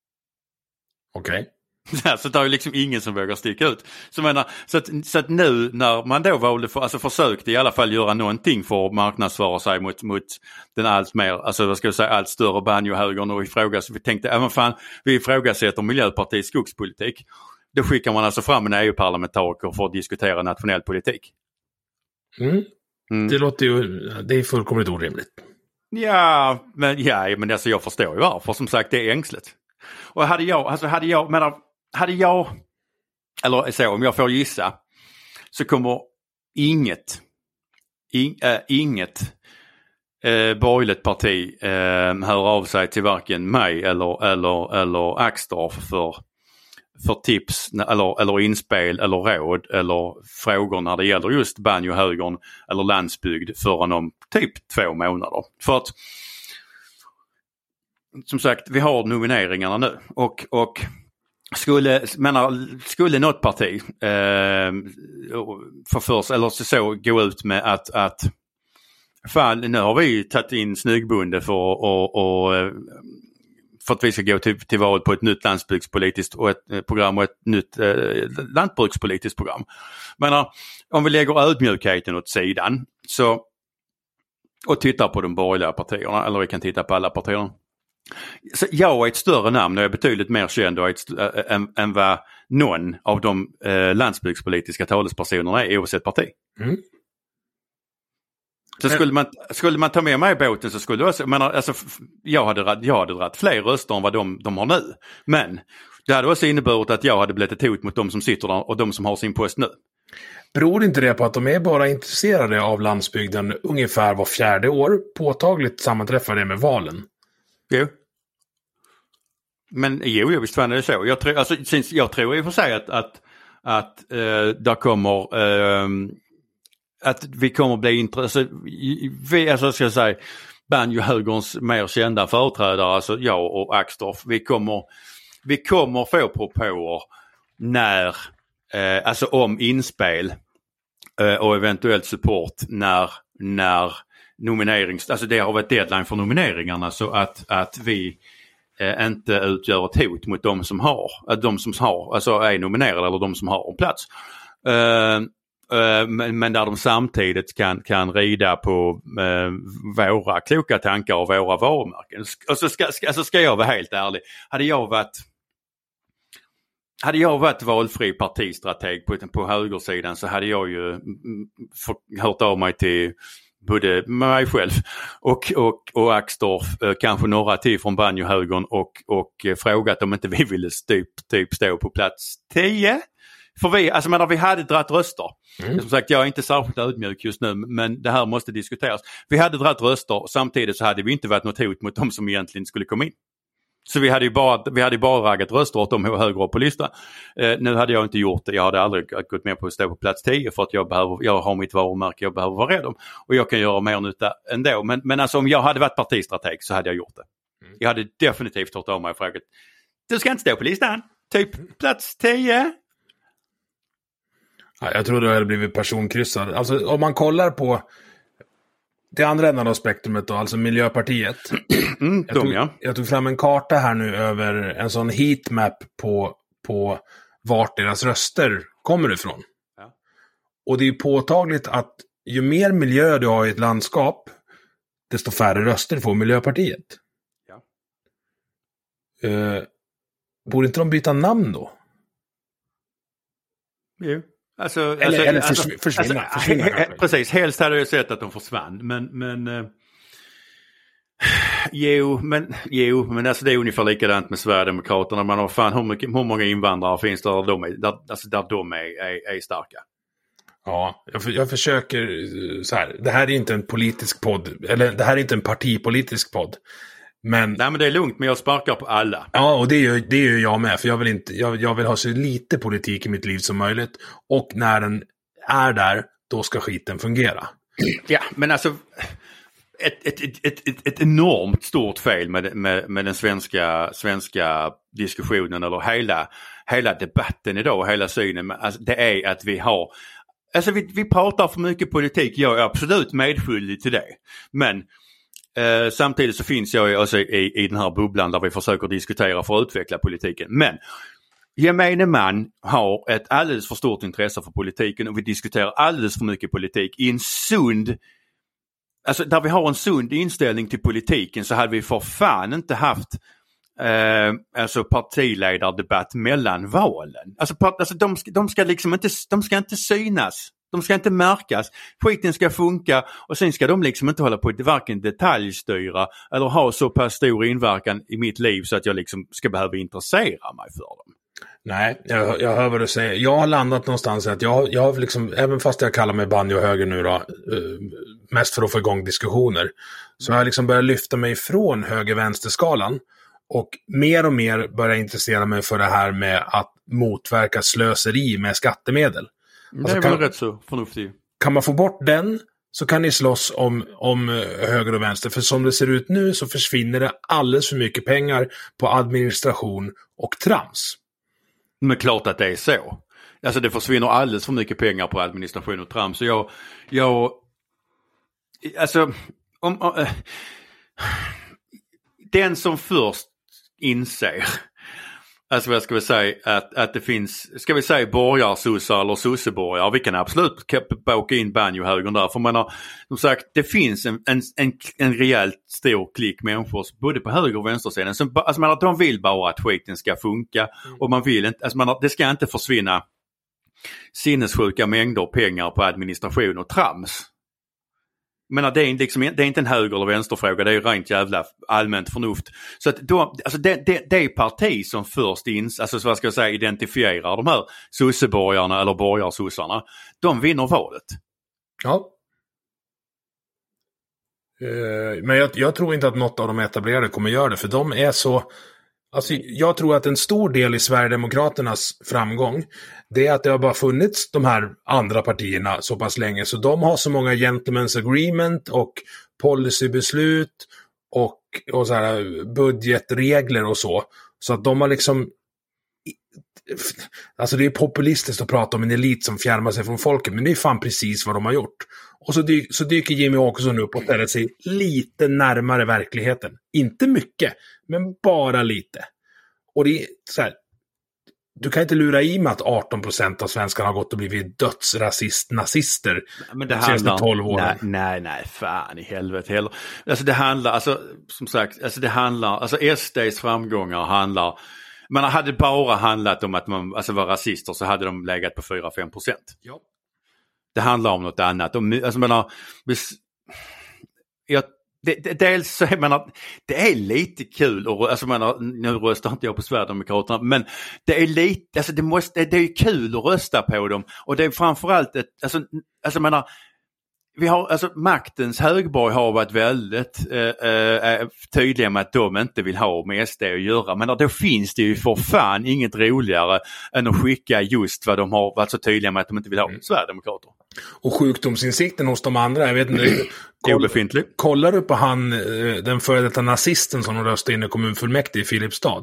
Okej. Okay. Så det är ju liksom ingen som vågar sticka ut. Så, menar, så, att, så att nu när man då valde för, alltså försökte i alla fall göra någonting för att marknadsföra sig mot, mot den allt mer, alltså vad ska jag säga, allt större banjohögern och ifrågasätter, vi tänkte, även fan, vi ifrågasätter Miljöpartiets skogspolitik. Då skickar man alltså fram en E U-parlamentariker för att diskutera nationell politik. Mm. Mm. Det låter ju, det är fullkomligt orimligt. Ja, men, ja, men alltså jag förstår ju varför, som sagt det är ängsligt. Och hade jag, alltså hade jag, menar, hade jag, eller så om jag får gissa, så kommer inget, in, äh, inget äh, borgerligt parti äh, höra av sig till varken mig eller, eller, eller Axdorff för, för tips eller, eller inspel eller råd eller frågor när det gäller just banjohögern eller landsbygd förrän om typ två månader. För att som sagt, vi har nomineringarna nu och, och skulle, menar, skulle något parti eh, för först, eller så gå ut med att, att fan, nu har vi tagit in Snyggbunde för, och, och, för att vi ska gå till, till val på ett nytt landsbygdspolitiskt och ett program och ett nytt eh, lantbrukspolitiskt program. Men om vi lägger ödmjukheten åt sidan så, och tittar på de borgerliga partierna, eller vi kan titta på alla partierna. Så jag är ett större namn och är betydligt mer känd och ett, äh, än, än vad någon av de äh, landsbygdspolitiska talespersonerna är oavsett parti. Mm. Så skulle man, skulle man ta med mig i båten så skulle jag, menar, alltså, jag hade jag hade dragit fler röster än vad de, de har nu. Men det hade också inneburit att jag hade blivit ett hot mot de som sitter där och de som har sin post nu. Beror inte det på att de är bara intresserade av landsbygden ungefär var fjärde år? Påtagligt sammanträffar det med valen. Jo. Men jo, jag visst fan är det så. Jag tror, alltså, jag tror i och för sig att, att, att eh, där kommer eh, att vi kommer bli intresserade. Vi, alltså ska jag säga, banjohögerns mer kända företrädare, alltså jag och Axdorff, vi kommer, vi kommer få propåer när, eh, alltså om inspel eh, och eventuellt support när, när nominerings, alltså det har varit deadline för nomineringarna så att, att vi eh, inte utgör ett hot mot de som har, att de som har, alltså är nominerade eller de som har en plats. Eh, eh, men, men där de samtidigt kan, kan rida på eh, våra kloka tankar och våra varumärken. Och så ska, ska, alltså ska jag vara helt ärlig, hade jag varit hade jag varit valfri partistrateg på, på högersidan så hade jag ju för, hört av mig till både mig själv och, och, och Axdorff, kanske några till från Banjo-högern och, och frågat om inte vi ville typ, typ stå på plats tio. För vi, alltså men vi hade dratt röster. Mm. Som sagt, jag är inte särskilt ödmjuk just nu, men det här måste diskuteras. Vi hade dratt röster, samtidigt så hade vi inte varit något hot mot dem som egentligen skulle komma in. Så vi hade ju bara, vi hade bara raggat röster åt dem högre upp på listan. Eh, nu hade jag inte gjort det. Jag hade aldrig gått med på att stå på plats tio för att jag, behöver, jag har mitt varumärke jag behöver vara rädd om. Och jag kan göra mer nytta ändå. Men, men alltså om jag hade varit partistrateg så hade jag gjort det. Mm. Jag hade definitivt hört av mig och frågat: du ska inte stå på listan. Typ plats tio. Ja, jag tror det hade blivit personkryssad. Alltså om man kollar på det andra änden av spektrumet då, alltså Miljöpartiet. Mm, jag, tog, de, ja. jag tog fram en karta här nu över en sån heatmap på, på vart deras röster kommer ifrån. Ja. Och det är påtagligt att ju mer miljö du har i ett landskap, desto färre röster får Miljöpartiet. Ja. Uh, borde inte de byta namn då? Jo. Alltså, eller alltså, eller alltså, försvinna. försvinna, alltså, försvinna he, he, precis, helst hade jag sett att de försvann. Men, men, uh, jo, men, jo, men alltså det är ungefär likadant med Sverigedemokraterna. Man har fan, hur, mycket, hur många invandrare finns där de är, där, alltså där de är, är, är starka? Ja, jag, för, jag försöker så här. Det här är inte en politisk podd, eller det här är inte en partipolitisk podd. Men, nej, men det är lugnt, men jag sparkar på alla. Ja, och det är ju, det är ju jag med. För jag vill, inte, jag, jag vill ha så lite politik i mitt liv som möjligt. Och när den är där, då ska skiten fungera. Ja, men alltså ett, ett, ett, ett, ett, ett enormt stort fel med, med, med den svenska, svenska diskussionen eller hela, hela debatten idag och hela synen. Alltså, det är att vi har... Alltså vi, vi pratar för mycket politik. Jag är absolut medskyldig till det. Men... Eh, samtidigt så finns jag alltså i, i den här bubblan där vi försöker diskutera för att utveckla politiken. Men gemene man har ett alldeles för stort intresse för politiken och vi diskuterar alldeles för mycket politik i en sund, alltså där vi har en sund inställning till politiken så hade vi för fan inte haft eh, alltså partiledardebatt mellan valen. Alltså, alltså de, de ska liksom inte, de ska inte synas. De ska inte märkas. Skiten ska funka och sen ska de liksom inte hålla på att varken detaljstyra eller ha så pass stor inverkan i mitt liv så att jag liksom ska behöva intressera mig för dem. Nej, jag, jag hör vad du säger. Jag har landat någonstans att jag, jag har liksom, även fast jag kallar mig banjo-höger nu då, uh, mest för att få igång diskussioner, så har jag liksom börjat lyfta mig ifrån höger-vänster-skalan och mer och mer börja intressera mig för det här med att motverka slöseri med skattemedel. Det alltså är kan, väl rätt så förnuftigt. Kan man få bort den så kan ni slåss om, om höger och vänster. För som det ser ut nu så försvinner det alldeles för mycket pengar på administration och trams. Men klart att det är så. Alltså det försvinner alldeles för mycket pengar på administration och trams. Så jag, jag alltså om, om äh, den som först inser, alltså vad ska vi säga, att, att det finns, ska vi säga borgarsossar eller sosseborgar, vi kan absolut boka in banjo-högern där, för man har, som sagt, det finns en, en, en, en rejält stor klick människor både på höger och vänstersidan som, alltså man, de vill bara att skiten ska funka och man vill inte, alltså man, det ska inte försvinna sinnessjuka mängder pengar på administration och trams. Men det är, liksom, det är inte en höger- eller vänsterfråga, det är rent jävla allmänt förnuft. Så att då, alltså det, det, det är parti som först ins, alltså vad ska jag säga, identifierar de här sosseborgarna eller borgarsossarna, de vinner valet. Ja. Uh, men jag, jag tror inte att något av de etablerade kommer göra det, för de är så... Alltså, jag tror att en stor del i Sverigedemokraternas framgång, det är att det har bara funnits de här andra partierna så pass länge, så de har så många gentlemen's agreement och policybeslut och, och så här budgetregler och så, så att de har liksom, alltså det är populistiskt att prata om en elit som fjärmar sig från folket, men det är fan precis vad de har gjort. Och så, dy- så dyker Jimmy Åkesson upp och ställer sig lite närmare verkligheten. Inte mycket, men bara lite. Och det är så här, du kan inte lura i mig att arton procent av svenskarna har gått och blivit dödsrasist-nazister men det de senaste tolv åren. Nej, nej, nej, fan i helvete heller. Alltså det handlar, alltså som sagt, alltså det handlar, alltså S D:s framgångar handlar Men hade det bara handlat om att man alltså var rasister så hade de legat på fyra till fem procent. Ja. Det handlar om något annat. De, alltså, menar, vis, jag, det, det, dels så är man det är lite kul och alltså, menar, nu röstar inte jag på Sverigedemokraterna, men det är lite, alltså det måste, det är kul att rösta på dem och det är framförallt ett, alltså, alltså menar, vi har, alltså maktens högborg har varit väldigt eh, eh, tydliga med att de inte vill ha med S D att göra. Men då finns det ju för fan inget roligare än att skicka just vad de har varit så tydliga med att de inte vill ha mm. Sverigedemokrater. Och sjukdomsinsikten hos de andra, jag vet inte. Koll, Obefintlig. Kollar du på han, den före detta nazisten som röstade in i kommunfullmäktige i Filipstad?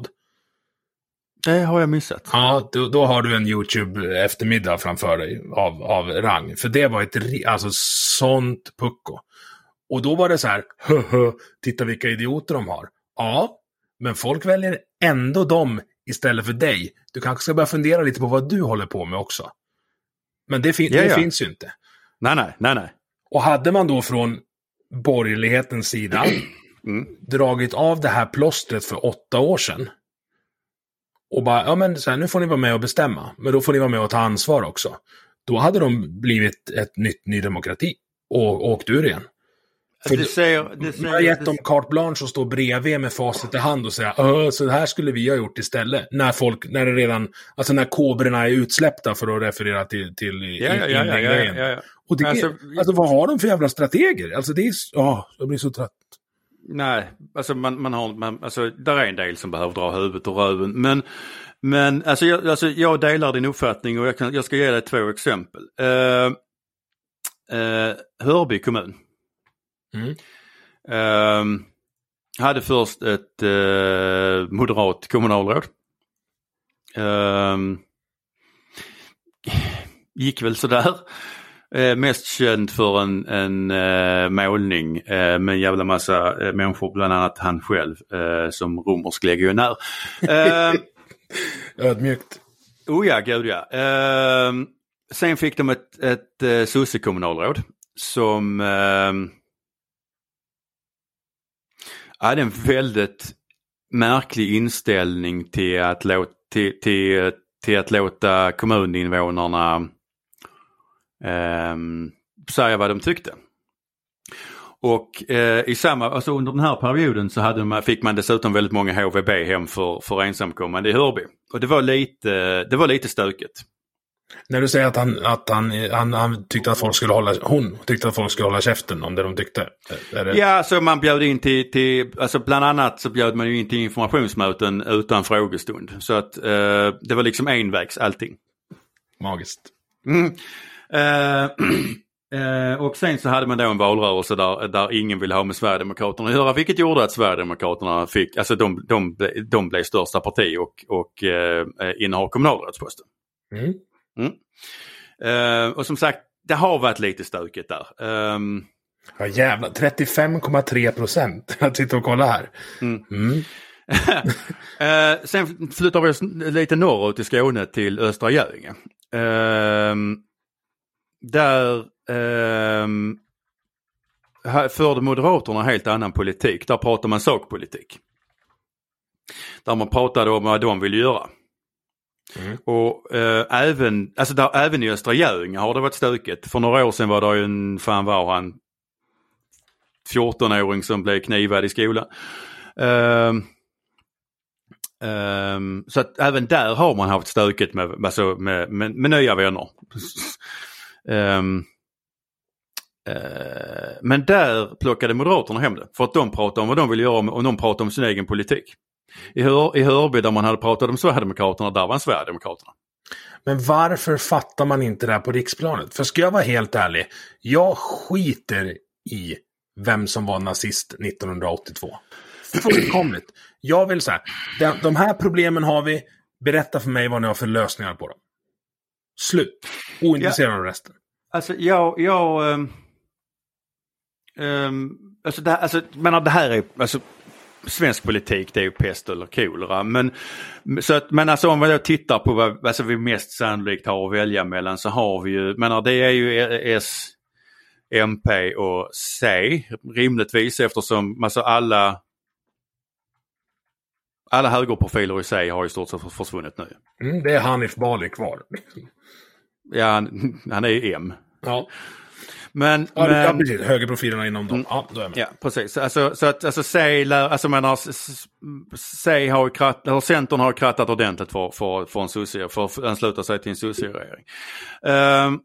Det har jag missat. Ja, då, då har du en YouTube-eftermiddag framför dig av, av rang. För det var ett alltså, sånt pucko. Och då var det så här, höhö, titta vilka idioter de har. Ja, men folk väljer ändå dem istället för dig. Du kanske ska börja fundera lite på vad du håller på med också. Men det, fin- ja, ja. det finns ju inte. Nej, nej, nej, nej. Och hade man då från borgerlighetens sida mm. dragit av det här plåstret för åtta år sedan och bara, ja men så här, nu får ni vara med och bestämma. Men då får ni vara med och ta ansvar också. Då hade de blivit ett nytt Ny Demokrati och åkt ur igen. För det säger, det säger, man har gett det... dem carte blanche och stå bredvid med facit i hand och säga, öh, så här skulle vi ha gjort istället. När folk, när det redan, alltså när kobrorna är utsläppta för att referera till, till ja, ja, ja, ja, ja, ja, ja. Och det, alltså, alltså vad har de för jävla strateger? Alltså det är, ja, oh, jag blir så trött. Nej, alltså man, man har, man, alltså där är en del som behöver dra huvudet och röven. Men, men alltså, jag, alltså jag delar din uppfattning och jag, kan, jag ska ge dig två exempel. Uh, uh, Hörby kommun. Mm. Uh, hade först ett uh, moderat kommunalråd. Uh, gick väl sådär. Uh, mest känd för en, en uh, målning uh, med en jävla massa uh, människor, bland annat han själv uh, som romersk legionär. Uh, Ödmjukt. Oh ja, gud ja. Uh, sen fick de ett, ett uh, sossekommunalråd som uh, hade en väldigt märklig inställning till att, låta, till, till, till att låta kommuninvånarna eh, säga vad de tyckte. Och eh, i samma, alltså under den här perioden så hade man, fick man dessutom väldigt många H V B hem för, för ensamkommande i Hörby. Och det var lite, det var lite stökigt. När du säger att han, att han, han, han tyckte att folk skulle hålla, hon tyckte att folk skulle hålla käften om det de tyckte. Är det... Ja, så man bjöd in till, till, alltså bland annat så bjöd man ju in till informationsmöten utan frågestund. Så att eh, det var liksom envägs allting. Magiskt. Mm. Eh, eh, och sen så hade man då en valrörelse där, där ingen ville ha med Sverigedemokraterna att göra, vilket gjorde att Sverigedemokraterna fick, alltså de, de, de blev största parti och, och eh, innehar kommunalrådsposten. Mm. Mm. Uh, och som sagt, det har varit lite stökigt där. Um... Ja jävlar, trettiofem komma tre procent. Jag tittar och kollar här. Mm. Mm. uh, sen flyttar vi oss lite norrut i Skåne till Östra Göinge. Uh, där uh, förde Moderaterna helt annan politik. Där pratar man sakpolitik. Där man pratade om vad de ville göra. Mm. Och eh, även, alltså där, även i Östra Göinge har det varit stökigt. För några år sedan var det ju en, fan var han, fjorton-åring som blev knivad i skolan. Um, um, så att även där har man haft stökigt med, alltså med, med, med nya vänner. um, uh, men där plockade Moderaterna hem det. För att de pratade om vad de vill göra och de pratade om sin egen politik. I, Hör, I Hörby där man hade pratat om Sverigedemokraterna, där var Sverigedemokraterna. Men varför fattar man inte det här på riksplanet? För ska jag vara helt ärlig, jag skiter i vem som var nazist nittonhundraåttiotvå. Fullkomligt. Jag vill säga, de, de här problemen har vi, berätta för mig vad ni har för lösningar på dem. Slut. Ointresserad av resten. Alltså, jag... jag um, um, alltså, det, alltså, men det här är... Alltså, svensk politik, det är ju pest eller kolera, men så att, men alltså om vi då tittar på vad alltså vi mest sannolikt har att välja mellan, så har vi ju, menar det är ju S, M P och C rimligtvis, eftersom alltså alla alla högerprofiler i sig har i stort sett försvunnit nu. Mm, det är Hanif Bali kvar. Ja, han, han är ju M. Ja. Men, ja, men ja, precis. Högerprofilerna inom dem. Mm. Ja, då är jag med. Ja, precis. Alltså, så att, alltså, säg, alltså, menar, säg har ju kratt, eller Centern har krattat ordentligt för, för, för en socie, för att ansluta sig till en socieregering. Um,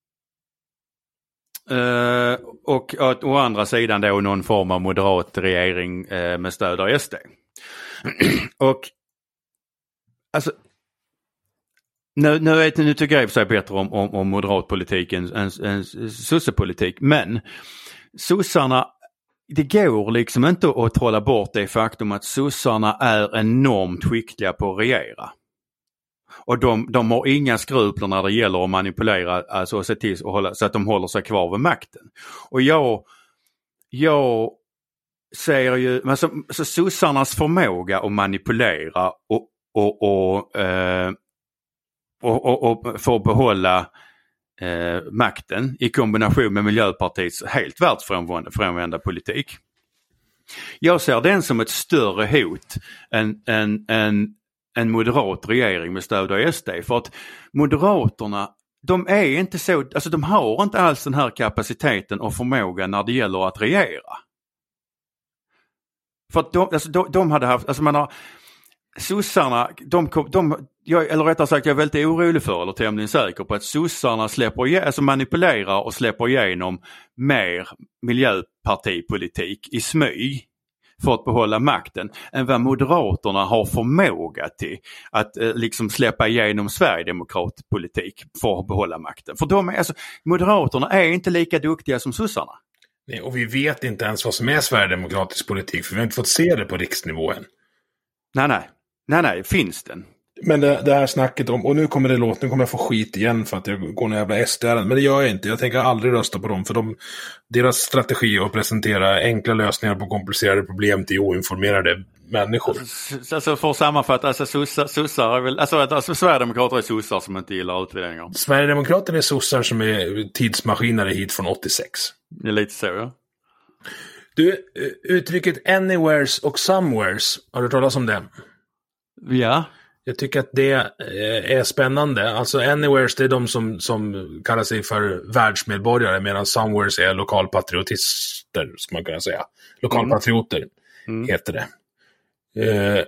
uh, och att, å andra sidan då någon form av moderat regering uh, med stöd av S D. Och alltså Nu, nu, vet, nu tycker jag i sig bättre om, om, om moderatpolitiken än, än sossepolitik. Men sossarna, det går liksom inte att trolla bort det faktum att sossarna är enormt skickliga på att regera. Och de, de har inga skrupler när det gäller att manipulera, alltså att se till att hålla, så att de håller sig kvar vid makten. Och jag, jag säger ju, alltså, alltså sossarnas förmåga att manipulera och, och, och eh, Och, och, och få behålla eh, makten i kombination med Miljöpartiets helt världsfrånvända politik. Jag ser den som ett större hot än en, en, en moderat regering med stöd av S D. För att Moderaterna, de är inte så, alltså de har inte alls den här kapaciteten och förmågan när det gäller att regera. För att de, alltså de, de hade haft, alltså man har sossarna, de, de, jag, eller rättare sagt jag är väldigt orolig för, eller tämligen säker på att sossarna släpper, alltså manipulerar och släpper igenom mer miljöpartipolitik i smyg för att behålla makten än vad Moderaterna har förmåga till att eh, liksom släppa igenom Sverigedemokratpolitik för att behålla makten. För de är, alltså, Moderaterna är inte lika duktiga som sossarna. Nej, och vi vet inte ens vad som är Sverigedemokratisk politik, för vi har inte fått se det på riksnivå än. Nej, nej. Nej, nej, finns den. Men det, det här snacket om, och nu kommer det låta, nu kommer jag få skit igen för att jag går några jävla S D-ärenden, men det gör jag inte. Jag tänker aldrig rösta på dem, för de, deras strategi är att presentera enkla lösningar på komplicerade problem till oinformerade människor. Alltså, alltså för att sammanfatta, alltså sossar, sossar är väl, alltså, alltså Sverigedemokrater är sossar som inte gillar utvärderingar. Sverigedemokrater är sossar som är tidsmaskiner hit från åttiosex. Det är lite så, ja. Du, uttrycket anywheres och somewheres, har du talat om det? Ja. Jag tycker att det är spännande. Alltså anywheres, det är de som, som kallar sig för världsmedborgare, medan somewheres är lokalpatriotister, ska man kunna säga. Lokalpatrioter mm. heter det. Eh,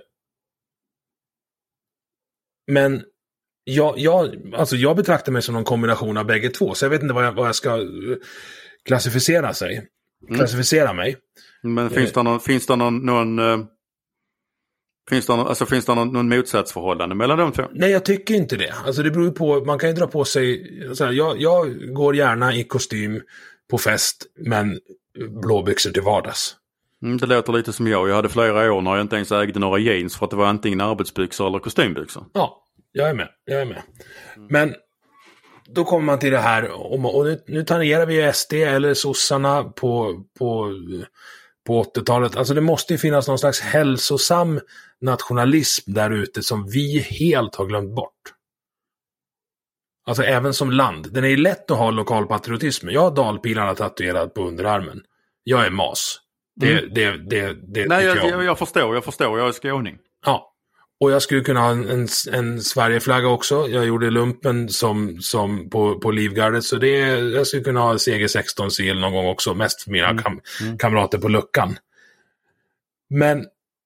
men jag, jag, alltså jag betraktar mig som någon kombination av bägge två, så jag vet inte vad jag, vad jag ska klassificera sig. Klassificera mm. mig. Men finns det någon, finns det någon, någon uh... Finns det, någon, alltså, finns det någon, någon motsatsförhållande mellan de två? Nej, jag tycker inte det. Alltså det beror på, man kan ju dra på sig, så här, jag, jag går gärna i kostym på fest, men blåbyxor till vardags. Mm, det låter lite som jag. Jag hade flera år när jag inte ens ägde några jeans för att det var antingen arbetsbyxor eller kostymbyxor. Ja, jag är med. Jag är med. Mm. Men då kommer man till det här, och nu, nu tangerar vi S D eller sossarna på... på på åttiotalet. Alltså det måste ju finnas någon slags hälsosam nationalism där ute som vi helt har glömt bort. Alltså även som land. Den är ju lätt att ha lokalpatriotism. Jag har dalpilarna tatuerad på underarmen. Jag är mas. Det, mm. det, det, det Nej, jag, jag, jag förstår, jag förstår. Jag är skåning. Ja. Och jag skulle kunna ha en, en, en Sverigeflagga också. Jag gjorde lumpen som, som på, på Livgardet. Så det, jag skulle kunna ha C G sexton-sil någon gång också. Mest för mina kam, mm. kamrater på luckan. Men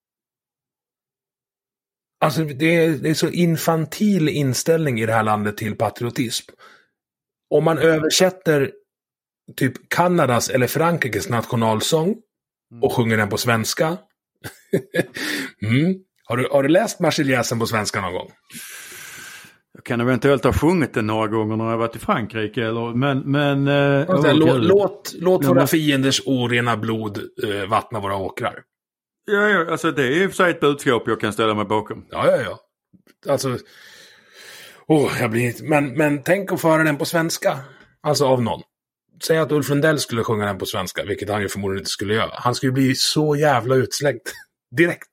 alltså det är, det är så infantil inställning i det här landet till patriotism. Om man översätter typ Kanadas eller Frankrikes nationalsång och sjunger den på svenska. mm. Har du, har du läst Marseljäsen på svenska någon gång? Jag kan eventuellt ha sjungit den några gånger när jag varit i Frankrike. Eller, men, men, eh, alltså, låt, låt, låt våra fienders orena blod eh, vattna våra åkrar. Ja, ja, alltså det är ju för sig ett budskap jag kan ställa mig bakom. Ja, ja, ja. Alltså, oh, jag blir inte... Men, men tänk att föra den på svenska. Alltså av någon. Säg att Ulf Lundell skulle sjunga den på svenska, vilket han ju förmodligen inte skulle göra. Han skulle bli så jävla utslängd. Direkt.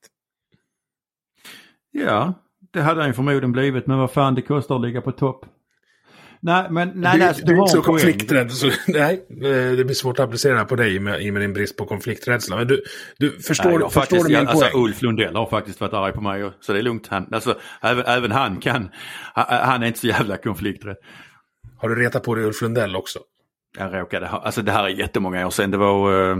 Ja, det hade han förmodligen blivit, men vad fan, det kostar att ligga på topp. Nej, men nej, du, nej, du är inte så konflikträdd, så nej, det blir svårt att applicera det här på dig med, i med din brist på konflikträdsla. Men du, du förstår, nej, förstår faktiskt, du min alltså, poäng? Ulf Lundell har faktiskt varit arg på mig, så det är lugnt. Han, alltså, även, även han kan, han är inte så jävla konflikträdd. Har du retat på dig Ulf Lundell också? Jag råkade ha, alltså det här är jättemånga år sedan, det var uh,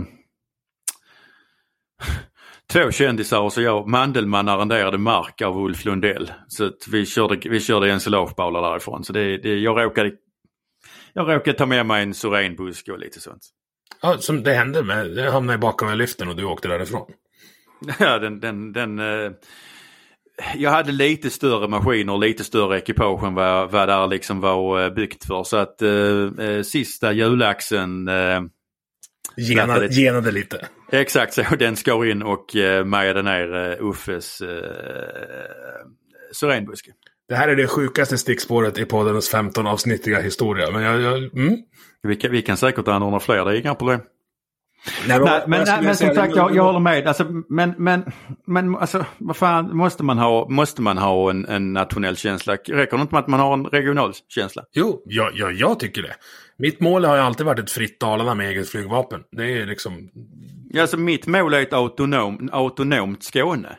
två kändisar och så jag, Mandelmann arrenderade mark av Ulf Lundell. Så att vi körde, vi körde ensilagebalar därifrån. Så det, det, jag, råkade, jag råkade ta med mig en syrenbuske och lite sånt. Ja, som det hände med, det hamnade bakom lyften och du åkte därifrån. Ja, den, den, den uh, jag hade lite större maskiner och lite större ekipage än vad, vad där liksom var uh, byggt för. Så att uh, uh, sista hjulaxeln uh, Genade, genade lite. Exakt så, den skar in och uh, majade ner uh, Uffes uh, syrenbuske. Det här är det sjukaste stickspåret i poddens femton-avsnittiga historia. Men jag, jag, mm. vi, kan, vi kan säkert anordna fler, det är inga problem. Nej, men, nej, men, nej, men som sagt, jag, jag håller med. Alltså, men, men, men alltså, vad fan, måste man ha, måste man ha en, en nationell känsla? Räcker det inte med att man har en regional känsla? Jo, ja, ja, jag tycker det. Mitt mål har ju alltid varit ett fritt Dalarna med eget flygvapen. Det är liksom... Ja, alltså mitt mål är ett autonom, autonomt Skåne.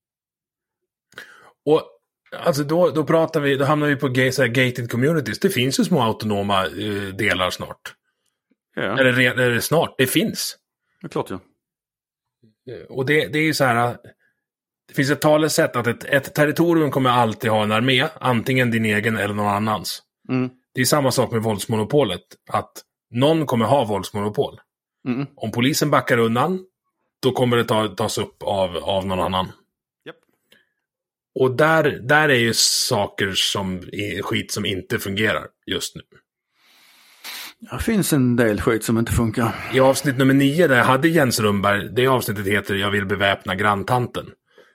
Och alltså då, då pratar vi, då hamnar vi på gay, så här, gated communities. Det finns ju små autonoma uh, delar snart. Ja. Är det, är det snart? Det finns. Det är klart, ja. Och det, det är ju så här, det finns ett talesätt att ett, ett territorium kommer alltid ha en armé, antingen din egen eller någon annans. Mm. Det är samma sak med våldsmonopolet, att någon kommer ha våldsmonopol. Mm. Om polisen backar undan, då kommer det ta, tas upp av, av någon annan. Yep. Och där, där är ju saker som skit som inte fungerar just nu. Det finns en del skit som inte funkar. I avsnitt nummer nio där jag hade Jens Rundberg, det avsnittet heter Jag vill beväpna granntanten.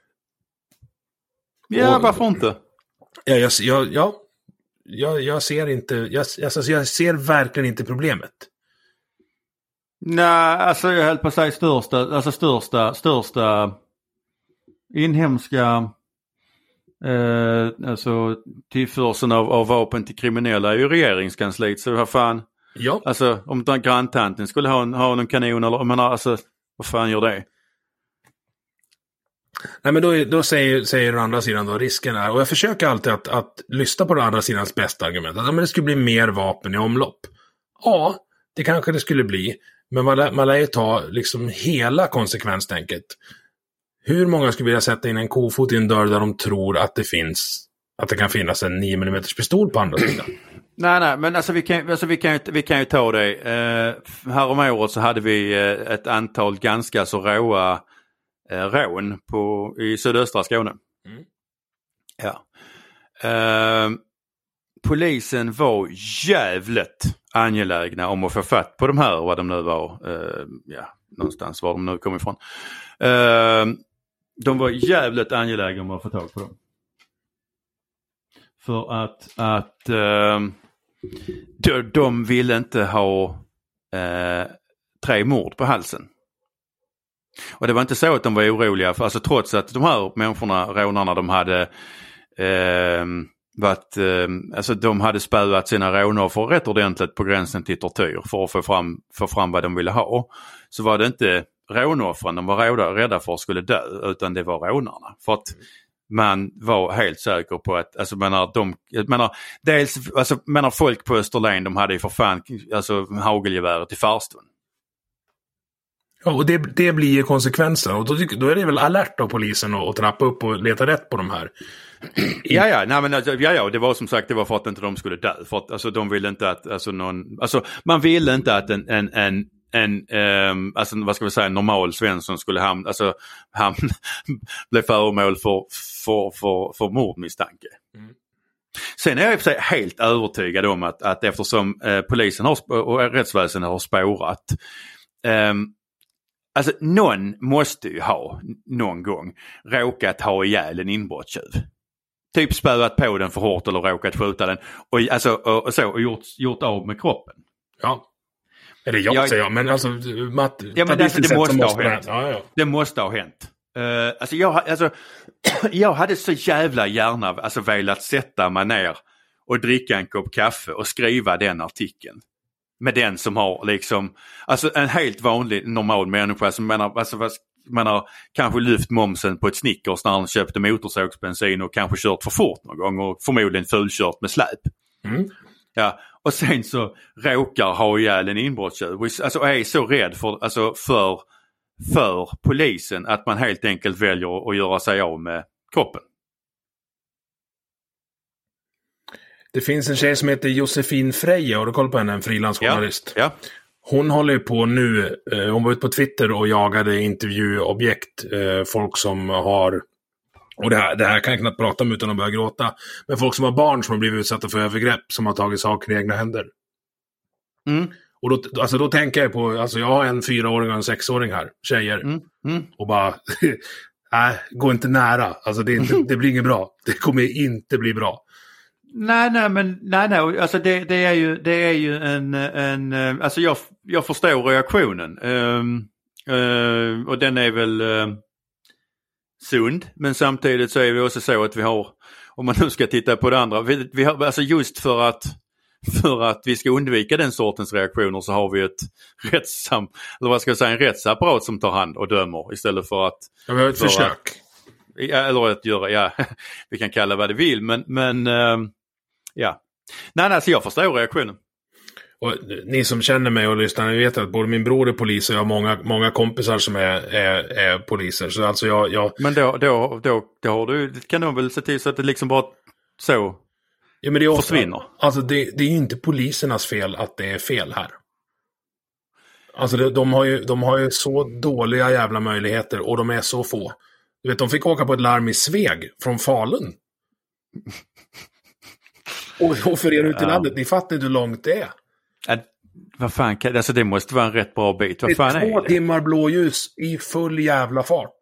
Ja, och, varför inte? Ja, jag, jag, ja, jag, jag ser inte, jag, alltså, jag ser verkligen inte problemet. Nej, alltså jag höll på att säga största, alltså största, största inhemska eh, alltså tillförseln av, av vapen till kriminella är ju regeringskansliet, så vad fan. Ja. Alltså om den granntanten skulle ha, en, ha någon kanon eller men alltså vad fan gör det? Nej, men då, då säger, säger den andra sidan då risken är, och jag försöker alltid att, att lyssna på den andra sidans bästa argument, att men det skulle bli mer vapen i omlopp. Ja, det kanske det skulle bli, men man, lär, man lär ju ta liksom hela konsekvenstänket. Hur många skulle vilja sätta in en kofot i en dörr där de tror att det finns, att det kan finnas en nio millimeter pistol på andra sidan? Nej, nej, men alltså vi kan, alltså vi kan, ju, vi kan ju ta det. Eh, här om året så hade vi eh, ett antal ganska så råa eh, rån på, i sydöstra Skåne. Mm. Ja. Eh, polisen var jävligt angelägna om att få fatt på de här, vad de nu var. Eh, ja, någonstans var de nu kom ifrån. Eh, de var jävligt angelägna om att få tag på dem. För att, att eh, de, de ville inte ha eh, tre mord på halsen. Och det var inte så att de var oroliga, för alltså trots att de här människorna, rånarna, de hade eh, varit, eh, alltså de hade spöat sina rånoffer rätt ordentligt på gränsen till tortyr för att få fram, få fram vad de ville ha. Så var det inte rånoffren de var rädda, rädda för skulle dö, utan det var rånarna. För att man var helt säker på att, alltså menar de, menar dels, alltså menar folk på Österlen, de hade ju för fan, alltså hagelgeväret i farstun. Ja, och det, det blir ju konsekvenser, och då, då är det väl alert av polisen att, att trappa upp och leta rätt på de här. Ja, ja, nej men alltså, ja, ja, det var som sagt, det var för att inte de skulle dö, för att alltså de ville inte att, alltså någon, alltså man ville inte att en, en, en en, um, alltså vad ska vi säga, en normal Svensson skulle hamna, alltså han blev föremål för, för, för, för mordmisstanke. Mm. Sen är jag i och för sig helt övertygad om att, att eftersom eh, polisen har, och rättsväsendet har spårat, um, alltså någon måste ju ha någon gång råkat ha ihjäl en inbrottstjuv. Typ spöat på den för hårt eller råkat skjuta den och, alltså, och, och så, och gjort, gjort av med kroppen. Ja. Eller jag, jag säger jag, men alltså Matt, ja, men det, det måste, måste ha hänt. Ja, ja. Det måste ha hänt. Uh, alltså, jag, alltså jag hade så jävla gärna alltså velat sätta mig ner och dricka en kopp kaffe och skriva den artikeln. Med den som har liksom, alltså en helt vanlig normal människa som menar, alltså, man har kanske lyft momsen på ett Snickers när han köpte motorsågsbensin och kanske kört för fort någon gång och förmodligen fullkört med släp. Mm. Ja, och sen så råkar ha ihjäl en inbrottstjuv. Alltså är så rädd för, alltså för, för polisen att man helt enkelt väljer att göra sig av med kroppen. Det finns en tjej som heter Josefin Freje, har du koll på henne, en frilansjournalist? Ja, ja. Hon håller ju på nu, eh, hon var ute på Twitter och jagade intervjuobjekt, eh, folk som har, och det här, det här kan jag knappt prata om utan att börja gråta, men folk som har barn som har blivit utsatta för övergrepp, som har tagit saker i egna händer. Mm. Och då, alltså då tänker jag på, alltså jag har en fyraåring och en sexåring här, tjejer, Mm. Mm. och bara, nej, gå inte nära, alltså det, är inte, det blir inget bra, det kommer inte bli bra. Nej, nej, men nej, nej, alltså det, det är ju, det är ju en, en alltså jag, jag förstår reaktionen um, uh, och den är väl uh, sund, men samtidigt så är det också så att vi har, om man nu ska titta på det andra, vi, vi har, alltså just för att för att vi ska undvika den sortens reaktioner så har vi ett rättssam, eller vad ska jag säga, en rättsapparat som tar hand och dömer istället för att... Ja, vi har ett för försök. Att, ja, eller att göra, ja, vi kan kalla vad det vill, men, men um, ja. Nej, nej, så jag förstår reaktionen. Och ni som känner mig och lyssnar, ni vet att både min bror är polis och jag har många, många kompisar som är, är, är poliser. Så alltså jag, jag... Men då, då, då, då har du, kan du väl se till så att det liksom bara så ja, men det är ofta, försvinner. Alltså det, det är ju inte polisernas fel att det är fel här. Alltså det, de, har ju, de har ju så dåliga jävla möjligheter och de är så få. Du vet, de fick åka på ett larm i Sveg från Falun. Och, och för er ute i landet, ni fattar inte hur långt det är. Äh, vad fan, alltså det måste vara en rätt bra bit. Vad det fan är två är det? timmar blåljus i full jävla fart.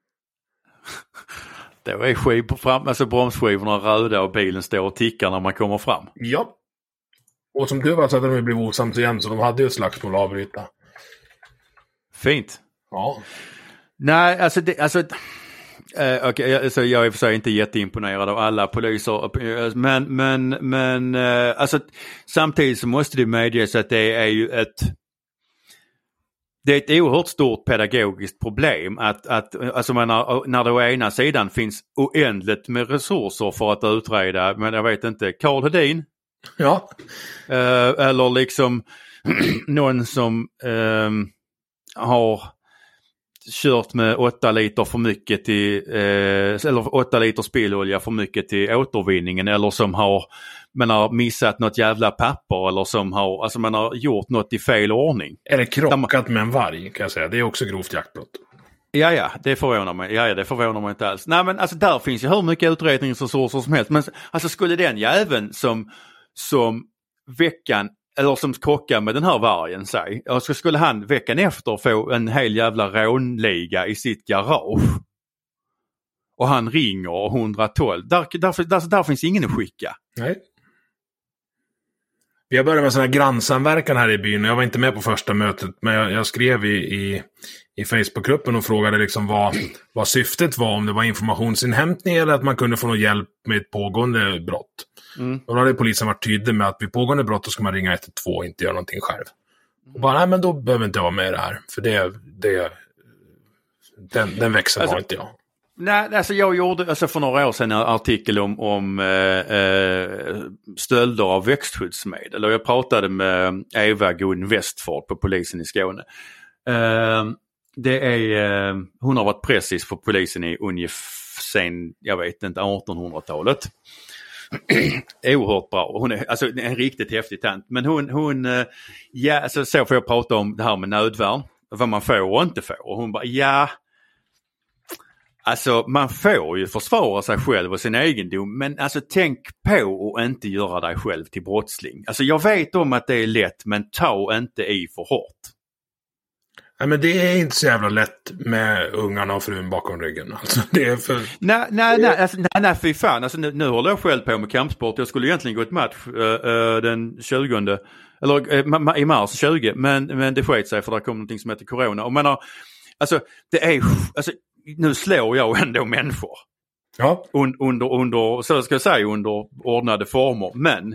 Då är skivor fram, alltså bromsskivorna röda och bilen står och tickar när man kommer fram. Ja. Och som du var så hade de blivit osams igen, så de hade ju ett slagsmål att avbryta. Fint. Ja. Nej, alltså det, alltså Uh, okay, alltså jag är i och för sig inte jätteimponerad av alla poliser, men, men, men uh, alltså, samtidigt så måste det medges att det är ju ett det är ett oerhört stort pedagogiskt problem att, att alltså man har, när det å ena sidan finns oändligt med resurser för att utreda, men jag vet inte, Karl Hedin ja. uh, eller liksom någon som uh, har kört med åtta liter för mycket till eh, eller åtta liter spillolja för mycket till återvinningen, eller som har man har missat något jävla papper, eller som har alltså man har gjort något i fel ordning. Eller krockat med en varg, kan jag säga. Det är också grovt jaktbrott. Ja, ja, det förvånar mig. Ja, ja, det förvånar mig inte alls. Nej, men alltså där finns ju hur mycket utredningsresurser som helst. Men alltså skulle den jäveln som som veckan eller som krockar med den här vargen sig, och så skulle han veckan efter få en hel jävla rånliga i sitt garage. Och han ringer hundratolv. Där, där, där, där finns ingen att skicka. Nej. Vi har börjat med sån här grannsamverkan här i byn. Jag var inte med på första mötet, men jag, jag skrev i, i, i Facebookgruppen och frågade liksom vad, vad syftet var, om det var informationsinhämtning eller att man kunde få någon hjälp med ett pågående brott. Mm. Och då hade polisen varit tydlig med att vid pågående brott så ska man ringa ett ett två och inte göra någonting själv. Och bara, nej men då behöver inte jag vara med i det här. För det, det den, den växeln alltså, har inte jag. Nej, alltså jag gjorde alltså för några år sedan en artikel om, om eh, stölder av växtskyddsmedel. Och jag pratade med Eva Gun Westford på polisen i Skåne. Eh, det är, eh, hon har varit precis för polisen i ungefär sen, jag vet inte, artonhundratalet. Oerhört bra. Hon är alltså en riktigt häftig tant. Men hon, hon ja, alltså, så får jag prata om det här med nödvärn. Vad man får och inte får. Och hon bara, ja, alltså man får ju försvara sig själv och sin egendom. Men alltså tänk på att inte göra dig själv till brottsling. Alltså jag vet om att det är lätt, men ta inte i för hårt. Nej, men det är inte så jävla lätt med ungarna och frun bakom ryggen. Alltså, det är för... Nej, nej, nej, alltså, nej, nej fy fan. Alltså, nu, nu håller jag själv på med kampsport. Jag skulle egentligen gå ett match uh, uh, den tjugonde eller uh, i mars tjugo, men, men det sket sig för det kom någonting som heter corona. Och menar, alltså, det är, alltså, nu slår jag ändå människor. Ja. Un, under, under, så ska jag säga, under ordnade former. Men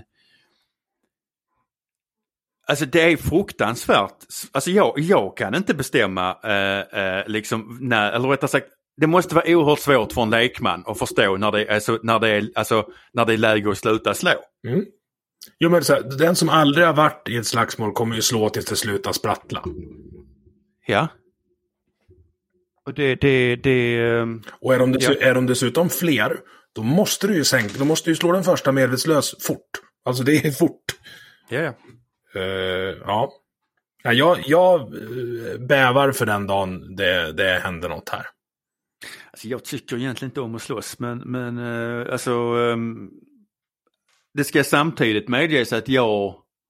alltså det är fruktansvärt. Alltså jag, jag kan inte bestämma eh, eh, liksom när, eller rättare sagt, det måste vara oerhört svårt för en lekman att förstå när det är, alltså, när det är, alltså, när det är läge att sluta slå. Mm. Jo, men så här, den som aldrig har varit i ett slagsmål kommer ju slå tills det slutar sprattla. Ja. Och det, det, det och är de, dess- ja. är de dessutom fler, då måste du ju sänka, då måste du slå den första medvetslös fort. Alltså det är fort. Ja, ja. Uh, ja. ja. Jag, jag bävar för den dagen det, det händer något här. Alltså jag tycker egentligen inte om att slåss, men, men uh, alltså um, det ska samtidigt medges att jag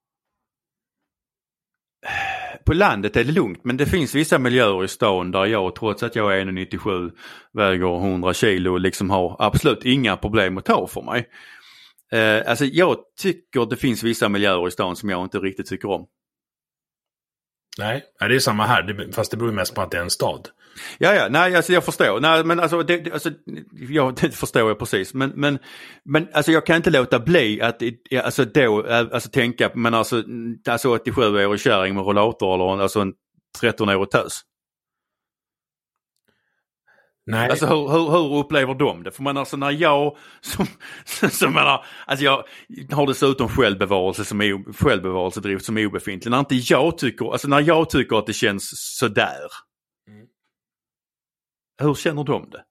på landet är det lugnt, men det finns vissa miljöer i stan där jag, trots att jag är en komma nittiosju, väger hundra kilo, liksom har absolut inga problem att ta för mig. Uh, alltså jag tycker det finns vissa miljöer i stan som jag inte riktigt tycker om. Nej, det är samma här, fast det beror mest på att det är en stad. Ja, ja, nej, alltså jag förstår. Nej, men alltså, det, alltså ja, det förstår jag precis. Men, men, men alltså jag kan inte låta bli att alltså då, alltså tänka, men alltså, alltså åttiosju-årig kärring med rollator eller alltså en tretton-årig tös. Nej. Alltså hur, hur, hur upplever de det? För man alltså när jag som, som menar, alltså jag har dessutom självbevarelse som är, självbevarelsedrift som är obefintlig. När inte jag tycker, alltså när jag tycker att det känns sådär. Mm. Hur känner de det?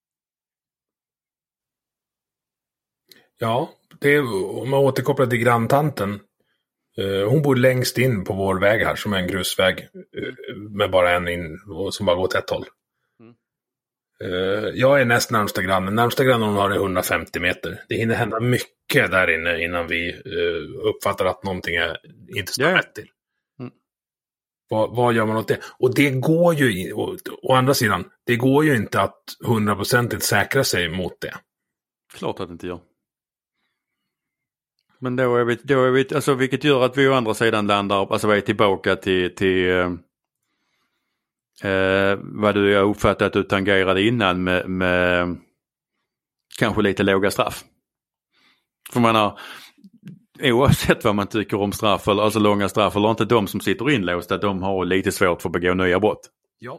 Ja, det är, om man återkopplar till granntanten. Uh, hon bor längst in på vår väg här som är en grusväg uh, med bara en in och som bara går åt ett håll. Uh, jag är näst närmsta grannen. Närmsta grannen hon har är hundrafemtio meter. Det hinner hända mycket där inne innan vi uh, uppfattar att någonting är inte står yeah. rätt till. Mm. Vad, vad gör man åt det? Och det går ju, å, å andra sidan, det går ju inte att hundraprocentigt säkra sig mot det. Klart att det inte gör. Men då är vi, då är vi alltså, vilket gör att vi å andra sidan landar, alltså vi är tillbaka till, till uh... Eh, vad du har uppfattat att du tangerade innan med, med kanske lite låga straff. För man har, oavsett vad man tycker om straff, eller, alltså långa straff eller inte, de som sitter inlåsta, de har lite svårt för att begå nya brott. Ja.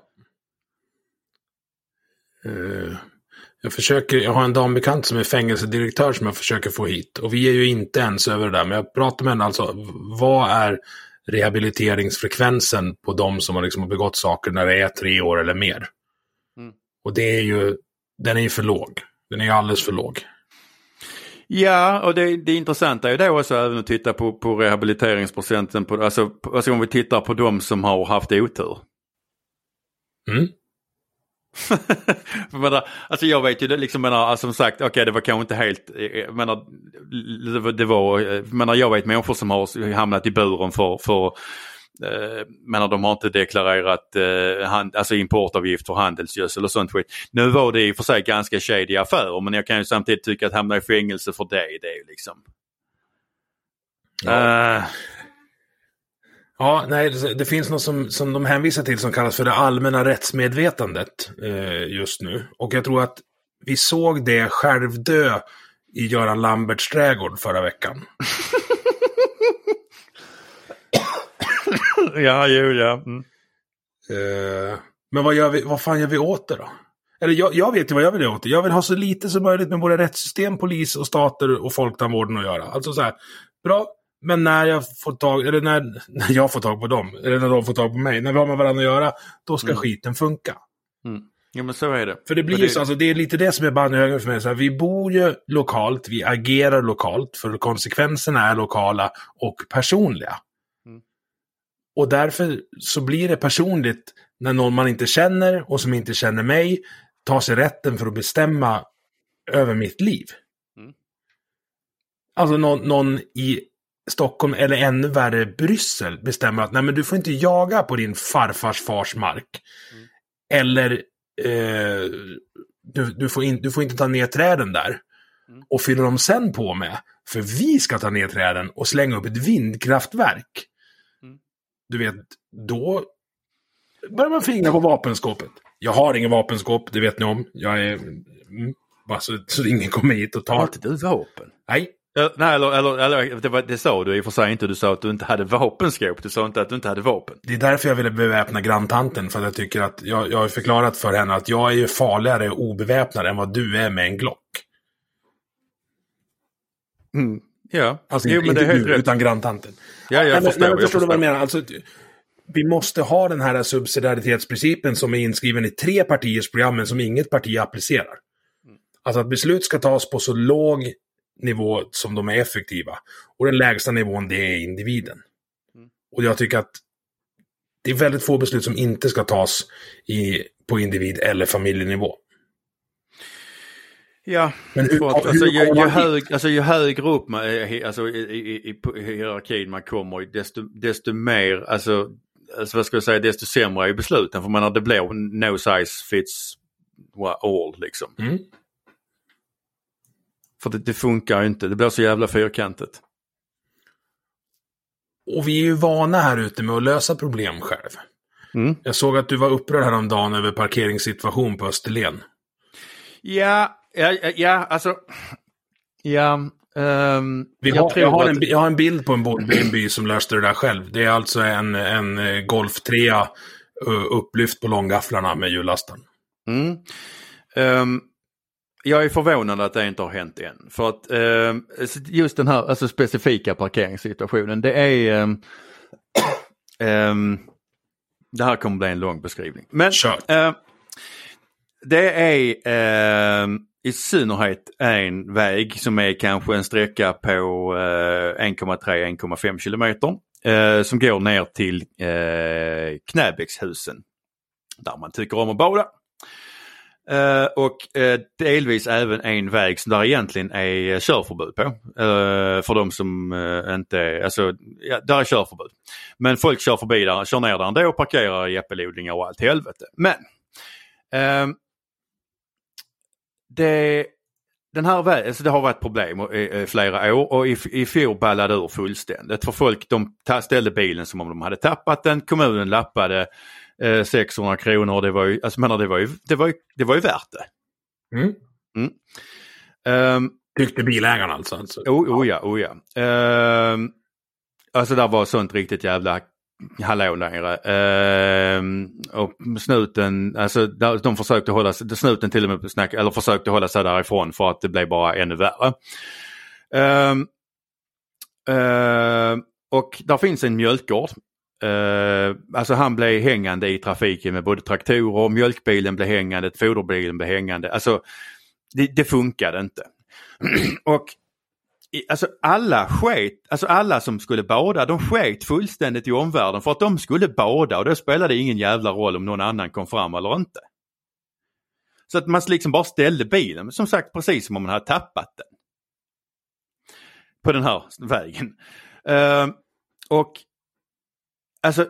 Uh, jag försöker, jag har en dambekant som är fängelsedirektör som jag försöker få hit. Och vi är ju inte ens över det där, men jag pratar med henne alltså, vad är rehabiliteringsfrekvensen på de som har liksom begått saker när det är tre år eller mer. Mm. Och det är ju, den är ju för låg. Den är ju alldeles för låg. Ja, och det, det intressanta är ju då också även att titta på, på rehabiliteringsprocenten. På, alltså, alltså om vi tittar på de som har haft otur. Mm. menar, alltså jag vet ju det liksom, menar, alltså som sagt, okej okay, det var kanske inte helt, menar, det var, det var menar, jag vet människor som har hamnat i buren för, för eh, menar, de har inte deklarerat eh, hand, alltså importavgift för handelsgödsel och sånt skit. Nu var det i för sig ganska shady affärer, men jag kan ju samtidigt tycka att hamna i fängelse för det, det är ju liksom ja. Uh... Ja, nej, det, det finns något som, som de hänvisar till som kallas för det allmänna rättsmedvetandet eh, just nu. Och jag tror att vi såg det självdö i Göran Lamberts trädgård förra veckan. ja, jo, ja. Mm. Eh, men vad, gör vi, vad fan gör vi åt det då? Eller jag, jag vet ju vad jag vill göra åt det. Jag vill ha så lite som möjligt med både rättssystem, polis och stater och folktandvården att göra. Alltså så här, bra. Men när jag får tag, eller när, när jag får tag på dem, eller när de får tag på mig, när vi har med varandra att göra, då ska mm. skiten funka. Mm. Ja, men så är det. För det blir ju så, alltså det är lite det som är bandhögen för mig. Så här, vi bor ju lokalt, vi agerar lokalt, för konsekvenserna är lokala och personliga. Mm. Och därför så blir det personligt när någon man inte känner och som inte känner mig tar sig rätten för att bestämma över mitt liv. Mm. Alltså någon, någon i Stockholm eller ännu värre Bryssel bestämmer att nej, men du får inte jaga på din farfars fars mark. Mm. Eller eh, du, du, får in, du får inte ta ner träden där. Mm. Och fyller de sen på med, för vi ska ta ner träden och slänga upp ett vindkraftverk. Mm. Du vet, då börjar man fingra på vapenskåpet. Jag har ingen vapenskåp, det vet ni om. Jag är... Mm. Bara så, så ingen kommer hit och tar. Har inte du vapen? Nej. Äh, nej, eller, eller, eller det, var, det sa du i och för sig inte. Du sa att du inte hade vapenskåp. Du sa inte att du inte hade vapen. Det är därför jag ville beväpna granntanten. För att jag tycker att, jag, jag har förklarat för henne att jag är ju farligare och obeväpnad än vad du är med en Glock. Mm. Ja, alltså jo, inte, men det är helt du, rätt. utan granntanten. Ja, jag nej, förstår. Men, jag förstår du vad jag förstår. menar? Alltså, vi måste ha den här subsidiaritetsprincipen som är inskriven i tre partiers program, men som inget parti applicerar. Alltså att beslut ska tas på så låg nivå som de är effektiva. Och den lägsta nivån, det är individen. Och jag tycker att det är väldigt få beslut som inte ska tas i, på individ- eller familjenivå. Ja, men hur, för att, hur, alltså, hur ju, ju, man hög, alltså, ju högre upp man, alltså, i, i, i, i hierarkin man kommer, desto, desto mer, alltså, alltså vad ska jag säga, desto sämre är besluten. För man har det blir no size fits all liksom. Mm. För det, det funkar ju inte, det blir så jävla fyrkantigt. Och vi är ju vana här ute med att lösa problem själv. Mm. Jag såg att du var upprörd häromdagen över parkeringssituation på Österlen. Ja, ja, ja alltså, ja, um, Vi har, jag tror jag, har att... en, jag har en bild på en, bo, en by som löste det där själv. Det är alltså en, en Golf tre uh, upplyft på långgafflarna med hjullasten. Mm. Um, jag är förvånad att det inte har hänt än. För att um, just den här alltså specifika parkeringssituationen, det är... Um, um, det här kommer bli en lång beskrivning. Men uh, det är uh, i synnerhet en väg som är kanske en sträcka på uh, en komma tre till en komma fem kilometer. Uh, som går ner till uh, Knäbäckshusen. Där man tycker om att bada. Uh, och uh, delvis även en väg som där egentligen är körförbud på. Uh, för de som uh, inte, alltså, ja, där är körförbud. Men folk kör förbi där, kör ner där ändå och parkerar i äppelodlingar och allt helvete. Men uh, det, den här vägen, alltså det har varit problem i, i flera år och i, i fjol ballade ur fullständigt. För folk, de ställde bilen som om de hade tappat den. Kommunen lappade eh, sexhundra kronor. Det var ju, alltså menar, det var ju, det var ju, det var ju värt det. Mm. Mm. Um, Tyckte bilägarna alltså? alltså. Oh, oh ja, oh ja. Um, alltså där var sånt riktigt jävla hallå nere. Um, och snuten, alltså där, de försökte hålla sig, snuten till och med snack, eller försökte hålla sig därifrån för att det blev bara ännu värre. Um, uh, och där finns en mjölkgård. Uh, alltså han blev hängande i trafiken med både traktorer och mjölkbilen blev hängande, foderbilen blev hängande. Alltså det, det funkade inte. Och alltså alla sket, alltså alla som skulle bada, de sket fullständigt i omvärlden för att de skulle bada och det spelade ingen jävla roll om någon annan kom fram eller inte. Så att man liksom bara ställde bilen, som sagt precis som om man hade tappat den. På den här vägen. Uh, och alltså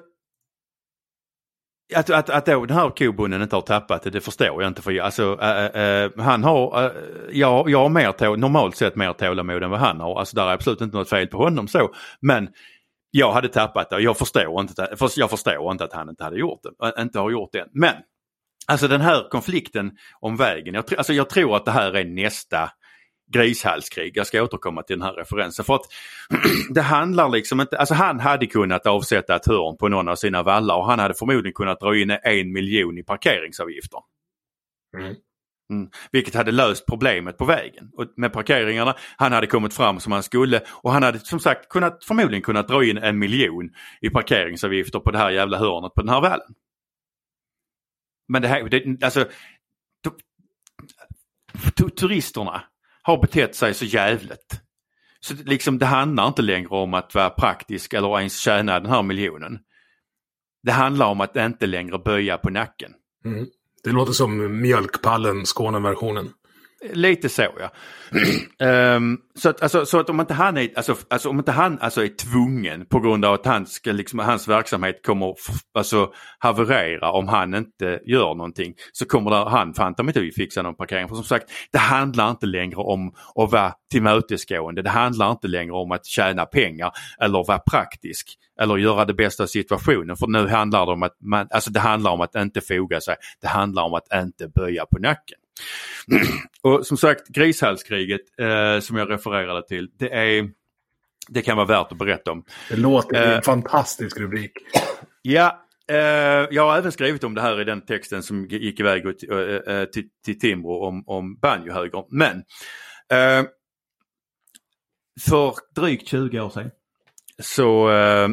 Att, att, att då den här kobunden inte har tappat det, det förstår jag inte. För alltså, äh, äh, han har, äh, jag, jag har mer tål, normalt sett mer tålamod än vad han har. Alltså där är absolut inte något fel på honom så. Men jag hade tappat det och jag förstår inte, för jag förstår inte att han inte hade gjort det. Inte har gjort det. Men alltså den här konflikten om vägen, jag, alltså, jag tror att det här är nästa grishalskrig. Jag ska återkomma till den här referensen för att det handlar liksom inte, alltså han hade kunnat avsätta ett hörn på någon av sina vallar och han hade förmodligen kunnat dra in en miljon i parkeringsavgifter. Mm. Mm. Vilket hade löst problemet på vägen och med parkeringarna. Han hade kommit fram som han skulle och han hade som sagt kunnat, förmodligen kunnat dra in en miljon i parkeringsavgifter på det här jävla hörnet på den här vallen. Men det här, det, alltså t- turisterna har betett sig så jävligt. Så det, liksom, det handlar inte längre om att vara praktisk eller ens tjäna den här miljonen. Det handlar om att inte längre böja på nacken. Mm. Det låter som mjölkpallen, Skåne-versionen. Lite så, ja. um, så, att, alltså, så att om inte han är, alltså, alltså, om inte han alltså, är tvungen på grund av att han ska, liksom, hans verksamhet kommer alltså, haverera om han inte gör någonting, så kommer där, han fan inte att fixa någon parkering. För som sagt, det handlar inte längre om att vara tillmötesgående. Det handlar inte längre om att tjäna pengar eller vara praktisk eller göra det bästa av situationen. För nu handlar det om att man, alltså det handlar om att inte foga sig. Det handlar om att inte böja på nacken. Och som sagt, Grishalskriget eh, som jag refererade till, det är det kan vara värt att berätta om. Det låter eh, en fantastisk rubrik. Ja, eh, jag har även skrivit om det här i den texten som gick iväg till, eh, till, till Timbro om, om banjohöger. Men eh, för drygt tjugo år sedan så eh,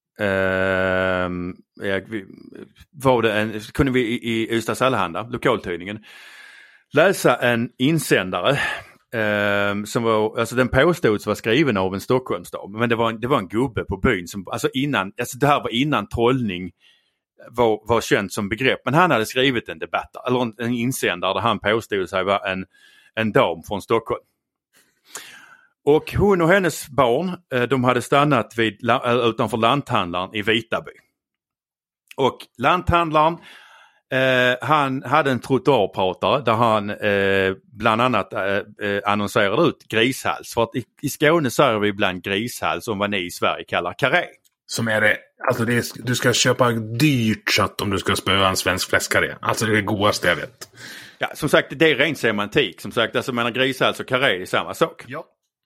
eh, ja, var det en, kunde vi i, i Ystads Allehanda, lokaltidningen, läsa en insändare eh, som var, alltså den påstods vara skriven av en Stockholmsdam, men det var en, det var en gubbe på byn som, alltså innan, alltså det här var innan trollning var, var känt som begrepp, men han hade skrivit en debatt, eller en, en insändare där han påstod sig vara en, en dam från Stockholm. Och hon och hennes barn, de hade stannat vid, utanför lanthandlaren i Vitaby. Och lanthandlaren, eh, han hade en trottoarpratare där han eh, bland annat eh, annonserade ut grishals. För att i, i Skåne säger vi ibland grishals om vad ni i Sverige kallar karré. Som är det, alltså det är, du ska köpa dyrt kött om du ska spöa en svensk fläskkarré. Alltså det är det godaste jag vet. Ja, som sagt, det är ren semantik. Som sagt, alltså menar grishals och karré är samma sak. Ja.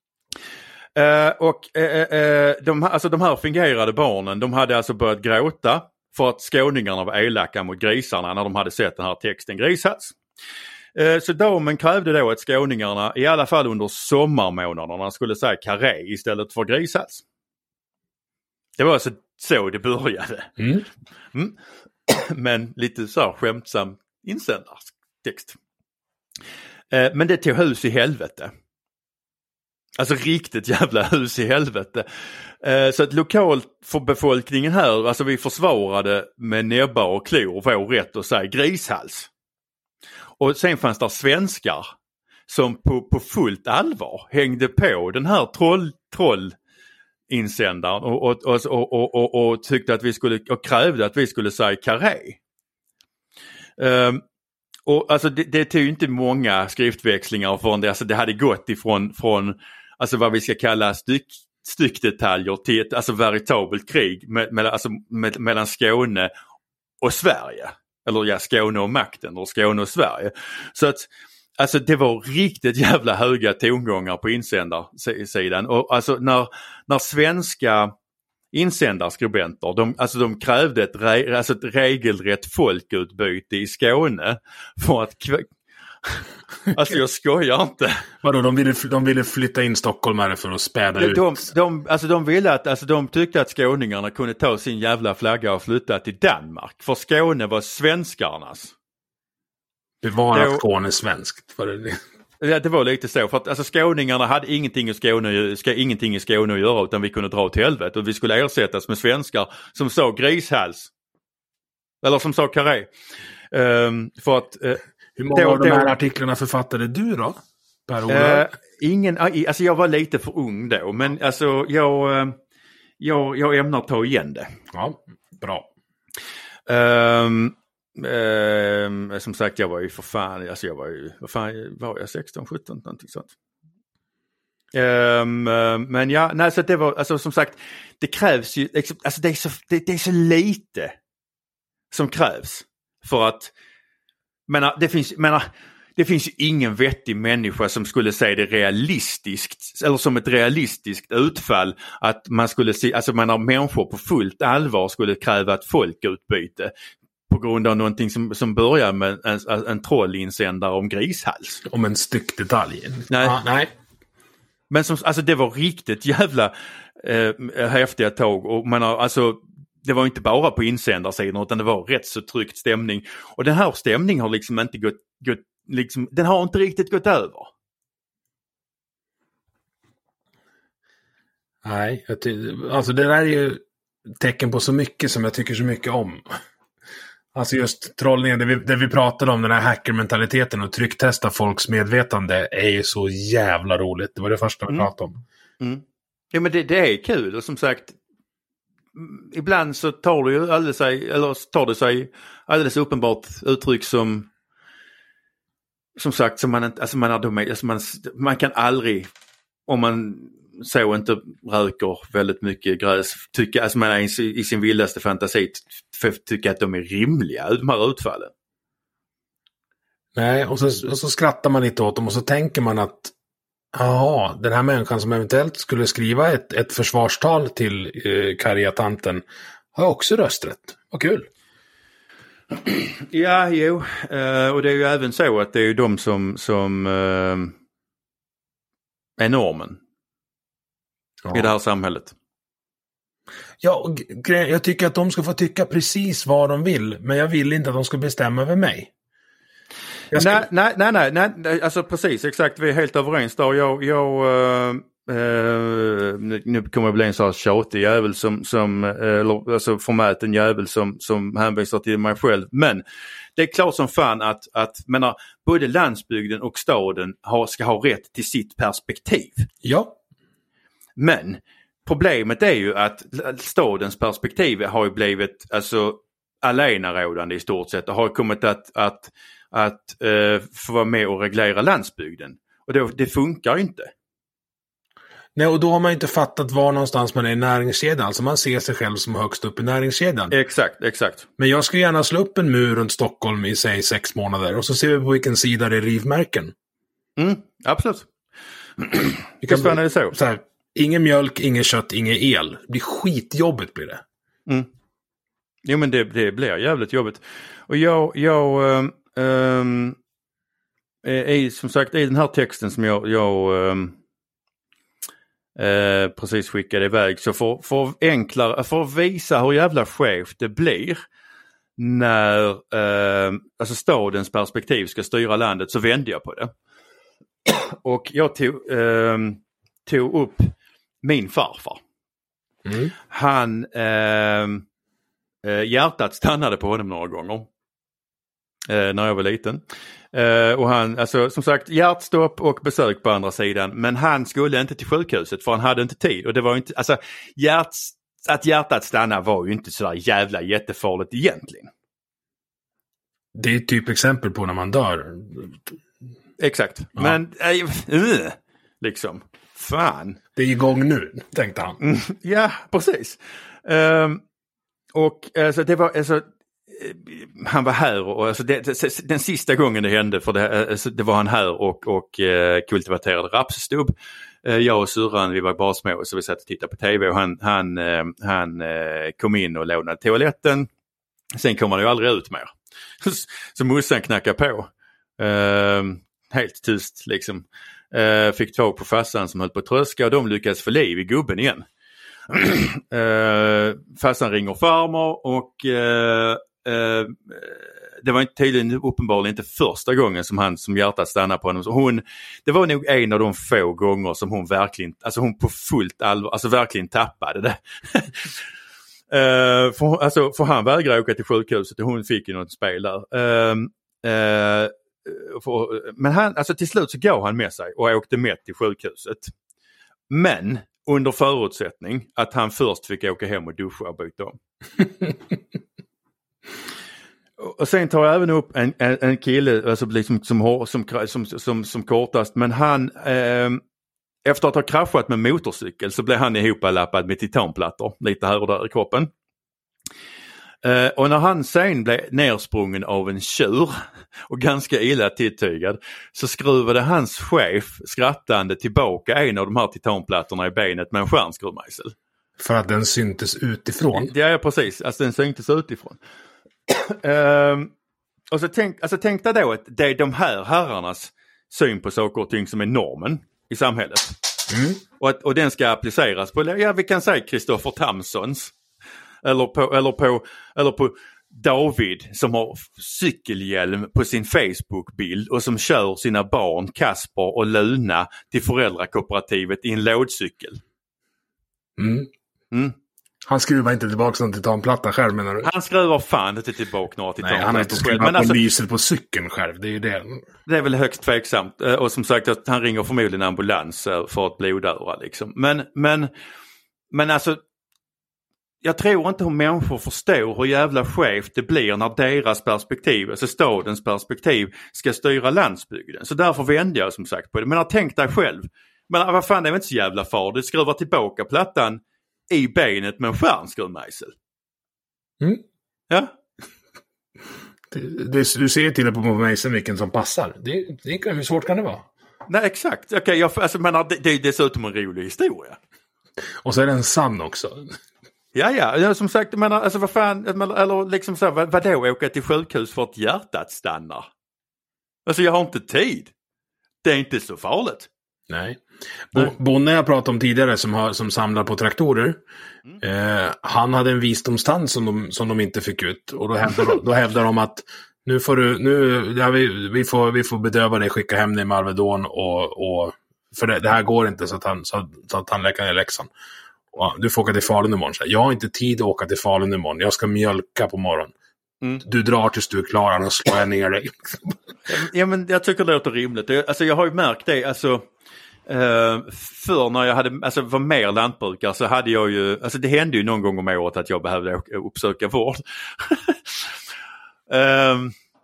Uh, och uh, uh, de, alltså de här fingerade barnen, de hade alltså börjat gråta för att skåningarna var elaka mot grisarna när de hade sett den här texten grishals. Uh, så damen krävde då att skåningarna i alla fall under sommarmånaderna skulle säga karré istället för grishals. Det var alltså så det började. Mm. Mm. Men lite så här skämtsam insändartext. Uh, men det tog hus i helvete. Alltså riktigt jävla hus i helvete. Eh, så att lokalt för befolkningen här, alltså vi försvarade med näbbar och klor vår rätt att säga grishals. Och sen fanns det svenskar som på, på fullt allvar hängde på den här troll, trollinsändaren och, och, och, och, och, och, och tyckte att vi skulle, och krävde att vi skulle säga karré. Eh, och alltså det, det tog ju inte många skriftväxlingar från det, alltså det hade gått ifrån från alltså vad vi ska kalla styck, styckdetaljer till ett alltså veritabelt krig med, med, alltså med, mellan Skåne och Sverige. Eller ja, Skåne och makten och Skåne och Sverige. Så att alltså det var riktigt jävla höga tongångar på insändarsidan. Och alltså när, när svenska insändarskribenter, de, alltså de krävde ett, re, alltså ett regelrätt folkutbyte i Skåne för att alltså jag skojar inte. Vadå, de ville, de ville flytta in stockholmare för att späda de, ut? De, de, alltså de ville att, alltså de tyckte att skåningarna kunde ta sin jävla flagga och flytta till Danmark. För Skåne var svenskarnas. Bevara att Skåne svenskt. Var det? Ja, det var lite så. För att alltså, skåningarna hade ingenting i Skåne, ska, ingenting i Skåne att göra, utan vi kunde dra till helvete. Och vi skulle ersättas med svenskar som sa grishals. Eller som sa karré. Um, för att... Uh, Hur många då, av de här då, artiklarna författade du då? Per uh, ingen, alltså jag var lite för ung då. Men alltså jag, uh, jag, jag ämnar ta igen det. Ja, bra. Um, um, som sagt, jag var ju för fan, alltså jag var ju, vad fan var jag, sexton, sjutton, någonting sånt. Um, men ja, nej, så det var, alltså som sagt, det krävs ju, alltså det är så, det, det är så lite som krävs för att, menar, det finns, menar, det finns ju ingen vettig människa som skulle säga det realistiskt, eller som ett realistiskt utfall att man skulle se, alltså man har människor på fullt allvar skulle kräva ett folkutbyte på grund av någonting som, som börjar med en, en, en trollinsändare om grishals. Om en styck detalj. Nej. Ah, nej. Men som, alltså det var riktigt jävla eh, häftiga tag och man har, alltså det var inte bara på insändarsidan utan det var rätt så tryckt stämning. Och den här stämningen har liksom inte gått, gått liksom, den har inte riktigt gått över. Nej, jag ty- alltså det där är ju tecken på så mycket som jag tycker så mycket om. Alltså just trollningen, det vi, det vi pratade om, den här hackermentaliteten och trycktesta folks medvetande är ju så jävla roligt. Det var det första vi mm. pratade om. Mm. Ja, men det, det är kul och som sagt ibland så tar det ju alldeles sig, eller tar det sig alldeles uppenbart uttryck som som sagt som man inte, alltså man, alltså man, man kan aldrig, om man så inte röker väldigt mycket gräs, tycka, alltså man är i, i sin vildaste fantasi tycka att de är rimliga, de här utfallen. Nej, och så, och så skrattar man lite åt dem och så tänker man att ja, den här människan som eventuellt skulle skriva ett, ett försvarstal till eh, karriärtanten har också rösträtt. Vad kul. Ja, jo. Uh, och det är ju även så att det är ju de som, som uh, är normen ja. i det här samhället. Ja, och jag tycker att de ska få tycka precis vad de vill, men jag vill inte att de ska bestämma över mig. Ska... Nej, nej, nej, nej, nej, alltså precis, exakt, vi är helt överens där. Jag, jag uh, uh, nu kommer jag bli en sån här tjatig jävel som, som uh, alltså förmäten jävel som, som hänvisar till mig själv. Men det är klart som fan att, att menar, både landsbygden och staden har, ska ha rätt till sitt perspektiv. Ja. Men problemet är ju att stadens perspektiv har ju blivit alltså allenarådande i stort sett och har kommit att, att, att uh, få vara med och reglera landsbygden. Och det, det funkar inte. Nej, och då har man inte fattat var någonstans man är i näringskedjan. Alltså man ser sig själv som högst upp i näringskedjan. Exakt, exakt. Men jag ska gärna slå upp en mur runt Stockholm i säg sex månader och så ser vi på vilken sida det är rivmärken. Mm, absolut. Vi kan bli, är det så? så här, ingen mjölk, ingen kött, ingen el. Det blir skitjobbigt blir det. Mm. Jo, men det, det blir jävligt jobbigt. Och jag, jag ähm, ähm, är, som sagt, i den här texten som jag, jag ähm, äh, precis skickade iväg, så för, för, enklare, för att visa hur jävla skevt det blir när äh, alltså stadens perspektiv ska styra landet, så vände jag på det. Och jag tog, äh, tog upp min farfar. Mm. Han äh, hjärtat stannade på honom några gånger eh, när jag var liten. Eh, och han, alltså som sagt, hjärtstopp och besök på andra sidan. Men han skulle inte till sjukhuset för han hade inte tid. Och det var inte, alltså hjärt, att hjärtat stanna var ju inte sådär jävla jättefarligt egentligen. Det är typ exempel på när man dör. Exakt. Ja. Men, äh, uh, liksom, fan. Det är igång nu, tänkte han. Mm, ja, precis. Um, Och alltså, det var alltså, han var här och alltså, det, det, den sista gången det hände, för det, alltså, det var han här och, och eh, kultiverade rapsstubb. Eh, jag och syrran, vi var bara små så vi satt och tittade på tv och han, han, eh, han eh, kom in och lånade toaletten. Sen kom han ju aldrig ut mer. Så morsan knackade på. Eh, helt tyst liksom. Eh, fick tag på farsan som höll på att tröska och de lyckades få liv i gubben igen. uh, farsan ringer farmor och uh, uh, det var inte tydligen uppenbarligen inte första gången som han som hjärtat stannade på honom. Så hon, det var nog en av de få gånger som hon verkligen, alltså hon på fullt allvar, alltså verkligen tappade det. uh, för, alltså, för han vägrade åka till sjukhuset och hon fick ju något spel där. Uh, uh, för, men han, alltså till slut så gav han med sig och åkte med till sjukhuset. Men under förutsättning att han först fick åka hem och duscha och byta om. Och sen tar jag även upp en, en, en kille alltså liksom som, som, som, som, som kortast. Men han, eh, efter att ha kraschat med motorcykel så blev han ihoplappad med titanplattor lite här och där i kroppen. Uh, och när han sen blev nersprungen av en tjur och ganska illa tilltygad så skruvade hans chef skrattande tillbaka en av de här titanplattorna i benet med en stjärnskruvmejsel. För att den syntes utifrån? Ja, precis. Alltså den syntes utifrån. uh, och så tänk, alltså tänk dig då att det är de här herrarnas syn på saker och ting som är normen i samhället. Mm. Och, att, och den ska appliceras på, ja vi kan säga Kristoffer Tamsons. Eller på, eller, på, eller på David som har cykelhjälm på sin Facebook-bild och som kör sina barn Kasper och Luna till föräldrakooperativet i en lådcykel. Mm. Mm. Han skruvar inte tillbaka någon titanplatta själv, menar du? Han skruvar fan inte tillbaka några titanplattor. Nej, han har inte skruvat på alltså, lyset på cykeln själv, det är ju det. Det är väl högst tveksamt. Och som sagt att han ringer förmodligen ambulans för att blodöra liksom. Men, men, men alltså jag tror inte hur människor förstår hur jävla skevt det blir när deras perspektiv, alltså stadens perspektiv, ska styra landsbygden. Så därför vände jag som sagt på det. Men tänk dig själv. Men vad fan, det är inte så jävla farligt. Skruva tillbaka plattan i benet med en stjärnskruvmejsel. Mm. Ja. Det, det, du ser till det på mig som vilken som passar. Det, det, hur svårt kan det vara? Nej, exakt. Okej, okay, jag alltså, menar, det, det är dessutom en rolig historia. Och så är den sann också. Ja, ja. Som sagt, menar, alltså vad fan, eller liksom så här, vad, vadå åka till sjukhus för att hjärtat stannar? Alltså jag har inte tid. Det är inte så farligt. Nej. Bo, Bonne jag pratade om tidigare som, har, som samlar på traktorer. Mm. Eh, han hade en visdomstand som de, som de inte fick ut. Och då hävdar, då hävdar de att nu får du, nu, ja, vi, vi, får, vi får bedöva dig, skicka hem dig med Alvedon och, och för det, det här går inte så att han, så, så att han läkar i Leksand. Och, du får åka till Falun imorgon. Så jag har inte tid att åka till Falun imorgon. Jag ska mjölka på morgonen. Mm. Du drar tills du är klar, annars slår jag ner dig. Ja, men jag tycker det låter rimligt. Alltså jag har ju märkt det, alltså Uh, för när jag hade, alltså var mer lantbrukare så hade jag ju, alltså det hände ju någon gång om året att jag behövde uppsöka vård. uh,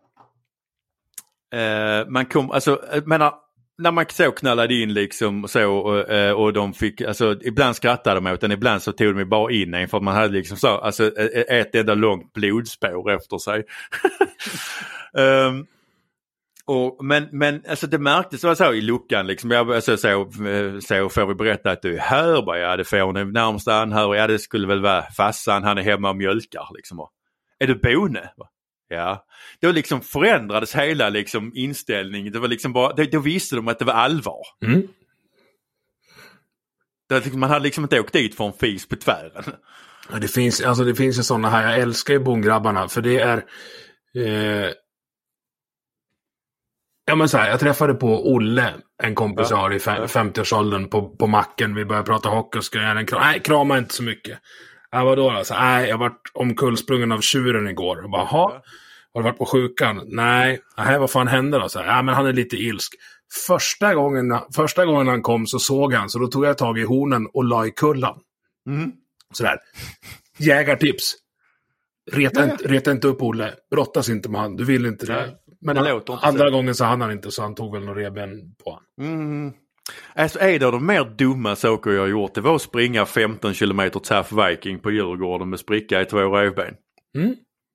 uh, man kom, alltså jag menar, när man så knallade in liksom så och, uh, och de fick, alltså ibland skrattade de åt den, ibland så tog de mig bara in en för att man hade liksom så, alltså ett enda långt blodspår efter sig. um, Och, men, men alltså det märktes var så i luckan liksom, jag alltså, så, så får vi berätta att du är här, bara, ja det får hon närmsta anhörig, ja det skulle väl vara fassan, han är hemma och mjölkar liksom. Och, är du Bone? Ja. Då liksom förändrades hela liksom inställningen, det var liksom bara, då, då visste de att det var allvar. Mm. Det, man hade liksom inte åkt dit för en fis på tvären. Ja, det finns, alltså det finns ju sådana här, jag älskar ju bongrabbarna, för det är eh... Ja men så här, jag träffade på Olle, en kompis jag har i fem, femtioårsåldern på, på macken. Vi började prata hockey och skulle göra en kram. Nej, krama inte så mycket. Ja, vadå då? Så, nej, jag var omkullsprungen av tjuren igår. Och bara, ha, har du varit på sjukan? Nej, nej, vad fan hände då? Så här, ja, men han är lite ilsk. Första gången, första gången han kom så såg han, så då tog jag tag i hornen och la i kullan. Mm. Sådär. Jägartips. Reta, ja. inte, reta inte upp Olle. Brottas inte med han. Du vill inte det. Nej. Men han, andra så. gången så hann han inte, så han tog väl några reben på han. Mm. Alltså är det de mer dumma saker jag har gjort, det var att springa femton kilometer Tough Viking på Djurgården med spricka i två revben. Mm.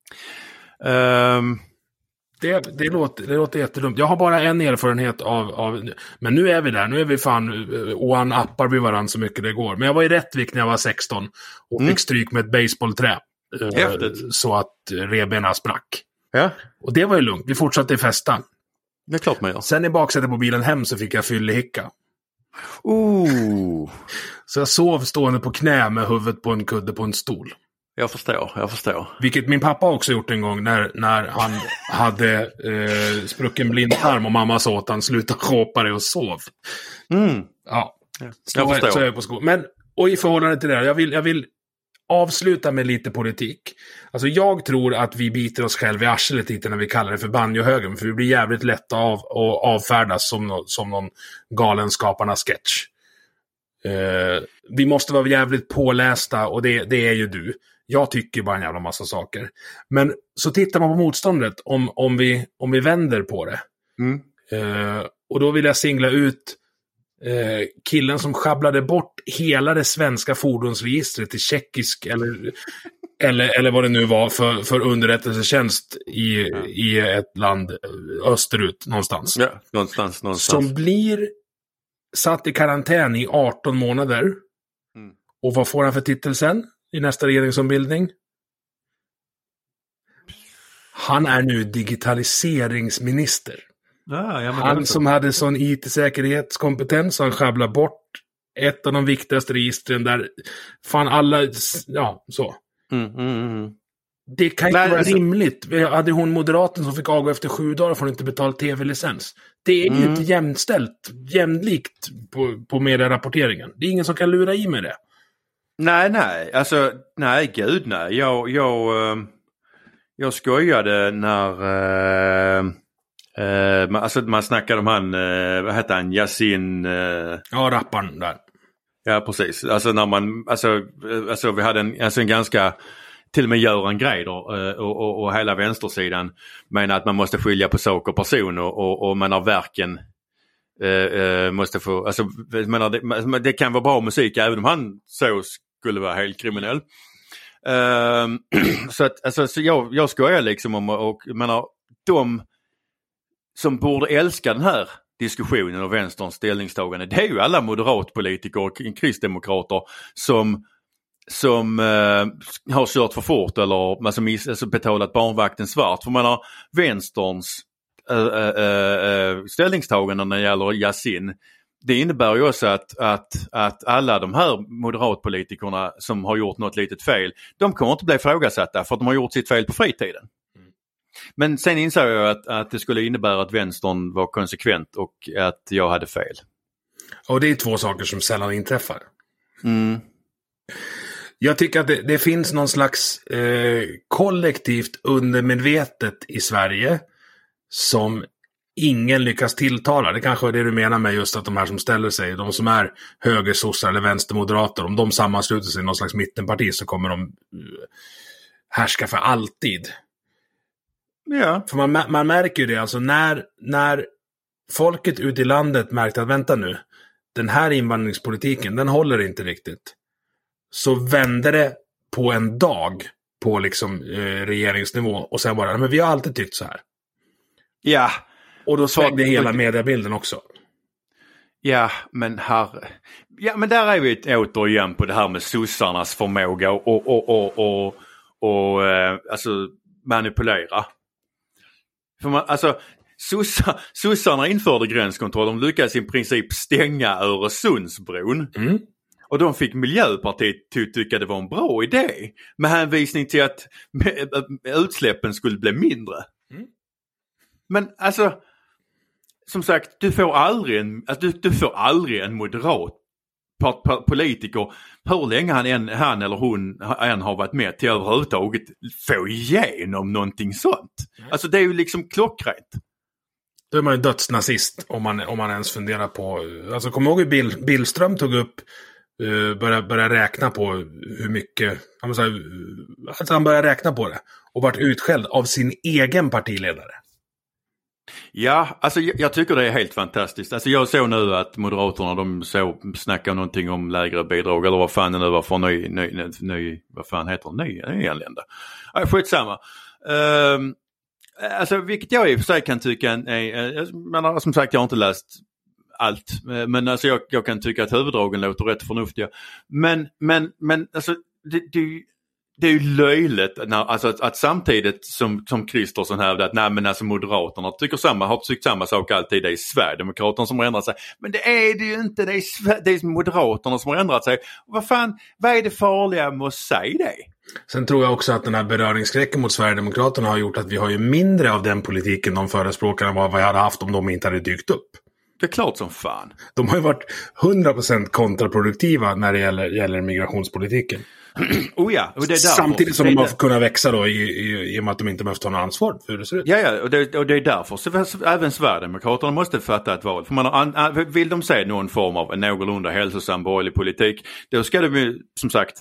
Um. Det, det, låter, det låter jättedumt. Jag har bara en erfarenhet av, av... Men nu är vi där. Nu är vi fan... Och han appar vid varandra så mycket det går. Men jag var i Rättvik när jag var sexton. Och mm. fick stryk med ett baseballträ. Häftigt. Så att revbena sprack. Ja. Och det var ju lugnt. Vi fortsatte i festan. Det är klart man gör. Sen i baksätet på bilen hem så fick jag fyllehicka. Ooh. Så jag sov stående på knä med huvudet på en kudde på en stol. Jag förstår, jag förstår. Vilket min pappa också gjort en gång när, när han hade eh, sprucken blindtarm och mamma sa att han slutade skåpa det och sov. Mm. Ja, så jag förstår. Så är jag på skolan. Men, och i förhållande till det här, jag vill... Jag vill avsluta med lite politik. Alltså jag tror att vi biter oss själva i arslet lite när vi kallar det för banjohögern, för vi blir jävligt lätta av och avfärdas som, no, som någon galenskaparna sketch. Uh, vi måste vara jävligt pålästa, och det, det är ju du. Jag tycker bara en jävla massa saker. Men så tittar man på motståndet om, om, vi, om vi vänder på det. Mm. Uh, och då vill jag singla ut Eh, killen som schabblade bort hela det svenska fordonsregistret till tjeckisk eller, eller, eller vad det nu var för, för underrättelsetjänst i, ja. i ett land österut någonstans. Ja, någonstans, någonstans. Som blir satt i karantän i arton månader. Mm. Och vad får han för titel sen i nästa regeringsombildning? Han är nu digitaliseringsminister. Ah, ja, han som hade sån I T-säkerhetskompetens, han sjabblar bort ett av de viktigaste registren där fan alla, ja, så. Mm, mm, mm. Det kan inte vara rimligt. Hade hon moderaten som fick avgå efter sju dagar får hon inte betala tv-licens. Det är ju mm. inte jämställt, jämlikt på, på medierapporteringen. Det är ingen som kan lura i med det. Nej, nej. Alltså, nej, gud nej. Jag, jag, jag skojade när... Uh... Uh, man, alltså man snackade om han, uh, vad heter han, Yasin? Uh... Ja, rapparen där. Ja, precis. Alltså när man, alltså, uh, alltså vi hade en, alltså en ganska, till och med Göran Greider uh, och, och, och hela vänstersidan menar att man måste skilja på sak och person och, och, och man har verken uh, uh, måste få, alltså menar, det, det kan vara bra musik även om han så skulle vara helt kriminell. Uh, så att, alltså, så jag, jag skojar liksom om, och menar, de som borde älska den här diskussionen och vänsterns ställningstagande, det är ju alla moderatpolitiker och kristdemokrater som som eh, har kört för fort eller alltså, miss, alltså betalat barnvakten svart. För man har vänsterns äh, äh, äh, ställningstagande när det gäller Yasin. Det innebär ju också att, att, att alla de här moderatpolitikerna som har gjort något litet fel, de kommer inte bli ifrågasatta för att de har gjort sitt fel på fritiden. Mm. Men sen insåg jag att, att det skulle innebära att vänstern var konsekvent och att jag hade fel. Och det är två saker som sällan inträffar. Mm. Jag tycker att det, det finns någon slags eh, kollektivt undermedvetet i Sverige som ingen lyckas tilltala. Det kanske är det du menar med just att de här som ställer sig, de som är högersossar eller vänstermoderater, om de sammansluter sig i någon slags mittenparti så kommer de uh, härska för alltid. Ja. För man, man märker ju det, alltså när, när folket ute i landet märkte att vänta nu, den här invandringspolitiken, den håller inte riktigt. Så vände det på en dag på liksom eh, regeringsnivå och sen bara, men vi har alltid tyckt så här. Ja. Och då svängde hela mediebilden också. Ja, men här... Ja, men där är vi återigen på det här med sossarnas förmåga och, och, och, och, och, och eh, alltså manipulera. För man, alltså, sossa, sossarna införde gränskontroll. De lyckades i princip stänga Öresundsbron. Mm. Och de fick Miljöpartiet att tycka det var en bra idé. Med hänvisning till att utsläppen skulle bli mindre. Mm. Men alltså, som sagt, du får aldrig en, alltså, du, du får aldrig en moderat politiker, hur länge han, än, han eller hon än har varit med till överhuvudtaget, få igenom någonting sånt. Mm. Alltså det är ju liksom klockrent. Då är man ju dödsnazist om man, om man ens funderar på, alltså kommer ihåg hur Bill, Billström tog upp uh, börja, börja räkna på hur mycket, han, säga, alltså han började räkna på det och vart utskälld av sin egen partiledare. Ja, alltså jag, jag tycker det är helt fantastiskt. Alltså jag såg nu att Moderaterna, de så snackar någonting om lägre bidrag eller vad fan det nu var för ny, ny, ny vad fan heter det? Ny, nyanlända. Ja, skitsamma. Um, alltså vilket jag i och för sig kan tycka är, men som sagt jag har inte läst allt, men alltså jag, jag kan tycka att huvuddragen låter rätt förnuftiga. Men, men, men alltså det, det Det är ju löjligt när, alltså, att, att samtidigt som, som Kristersson hävdar att nej, men alltså Moderaterna tycker samma, har tyckt samma sak alltid, det är Sverigedemokraterna som har ändrat sig. Men det är det ju inte, det är, det är Moderaterna som har ändrat sig. Vad fan, vad är det farliga med att säga det? Sen tror jag också att den här beröringsskräcken mot Sverigedemokraterna har gjort att vi har ju mindre av den politiken de förespråkar än vad vi hade haft om de inte hade dykt upp. Det är klart som fan. De har ju varit hundra procent kontraproduktiva när det gäller, gäller migrationspolitiken. Oh ja, och det är samtidigt som de har kunnat växa då i, i, i och med att de inte behövt ta något ansvar för hur det ser ut. Ja, ja, och det, och det är därför så även Sverigedemokraterna måste fatta ett val. För man har, vill de se någon form av en någorlunda hälsosam borgerlig politik, då ska de ju som sagt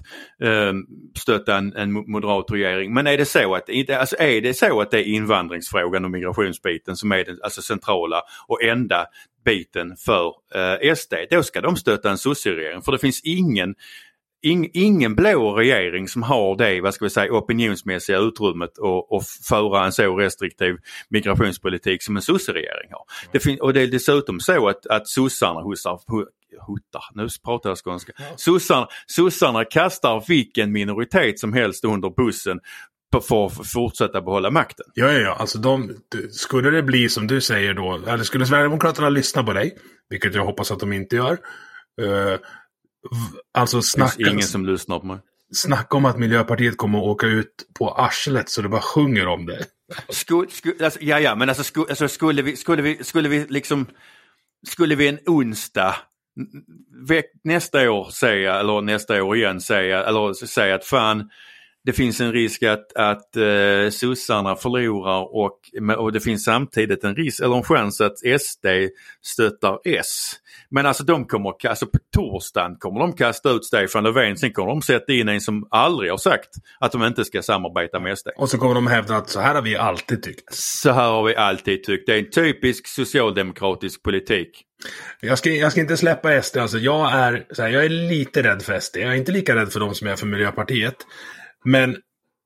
stötta en, en moderat regering. Men är det så att alltså är det så att det är invandringsfrågan och migrationsbiten som är den alltså centrala och enda biten för eh, S D, då ska de stötta en socialregering. För det finns ingen In, ingen blå regering som har det, vad ska vi säga, opinionsmässiga utrymmet och, och föra en så restriktiv migrationspolitik som en socialregering har. Mm. Det fin- och det är dessutom så att, att sossarna hussar, huttar, nu pratar jag skånska, mm. sossarna, sossarna kastar vilken minoritet som helst under bussen för att fortsätta behålla makten. Ja, ja, ja. Alltså de, skulle det bli som du säger då, eller skulle Sverigedemokraterna lyssna på dig, vilket jag hoppas att de inte gör, uh, alltså snacka, ingen som lyssnar på mig. Snacka om att Miljöpartiet kommer att åka ut på arslet så det bara sjunger om det. Sku, sku, alltså, ja, ja, men alltså, sku, alltså skulle vi skulle vi skulle vi liksom skulle vi en onsdag veck, nästa år säga eller nästa år igen säga eller säga att fan det finns en risk att, att eh, sossarna förlorar och, och det finns samtidigt en risk eller en chans att S D stöttar S. Men alltså de kommer, alltså på torsdagen kommer de kasta ut Stefan Löfven, sen kommer de sätta in en som aldrig har sagt att de inte ska samarbeta med S D. Och så kommer de hävda att så här har vi alltid tyckt. Så här har vi alltid tyckt. Det är en typisk socialdemokratisk politik. Jag ska, jag ska inte släppa S D, alltså jag är, så här, jag är lite rädd för S D. Jag är inte lika rädd för dem som jag är för Miljöpartiet. Men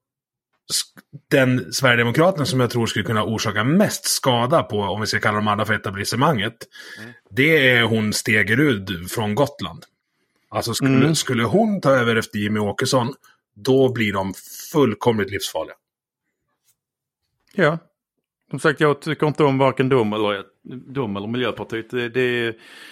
den Sverigedemokraterna som jag tror skulle kunna orsaka mest skada på, om vi ska kalla dem alla för etablissemanget, mm. det är hon Stegerud från Gotland. Alltså skulle, mm. skulle hon ta över efter Jimmy Åkesson, då blir de fullkomligt livsfarliga. Ja, som sagt, jag tycker inte om varken dom eller, dom eller Miljöpartiet. Det, det är...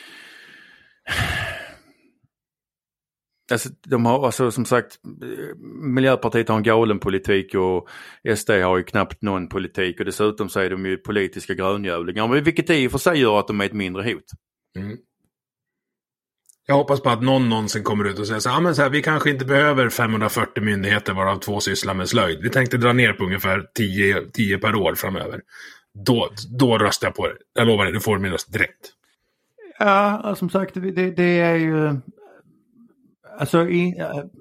Alltså, de har, alltså, som sagt, Miljöpartiet har en galen politik och S D har ju knappt någon politik, och dessutom så är de ju politiska gröngövlingar, vilket i och för sig gör att de är ett mindre hot. Mm. Jag hoppas på att någon någonsin kommer ut och säger så här, ah, men så här, vi kanske inte behöver femhundrafyrtio myndigheter varav två sysslar med slöjd. Vi tänkte dra ner på ungefär tio per år framöver. Då, då röstar jag på det. Jag lovar dig, du får min röst direkt. Ja, som sagt, det, det är ju... Alltså, i,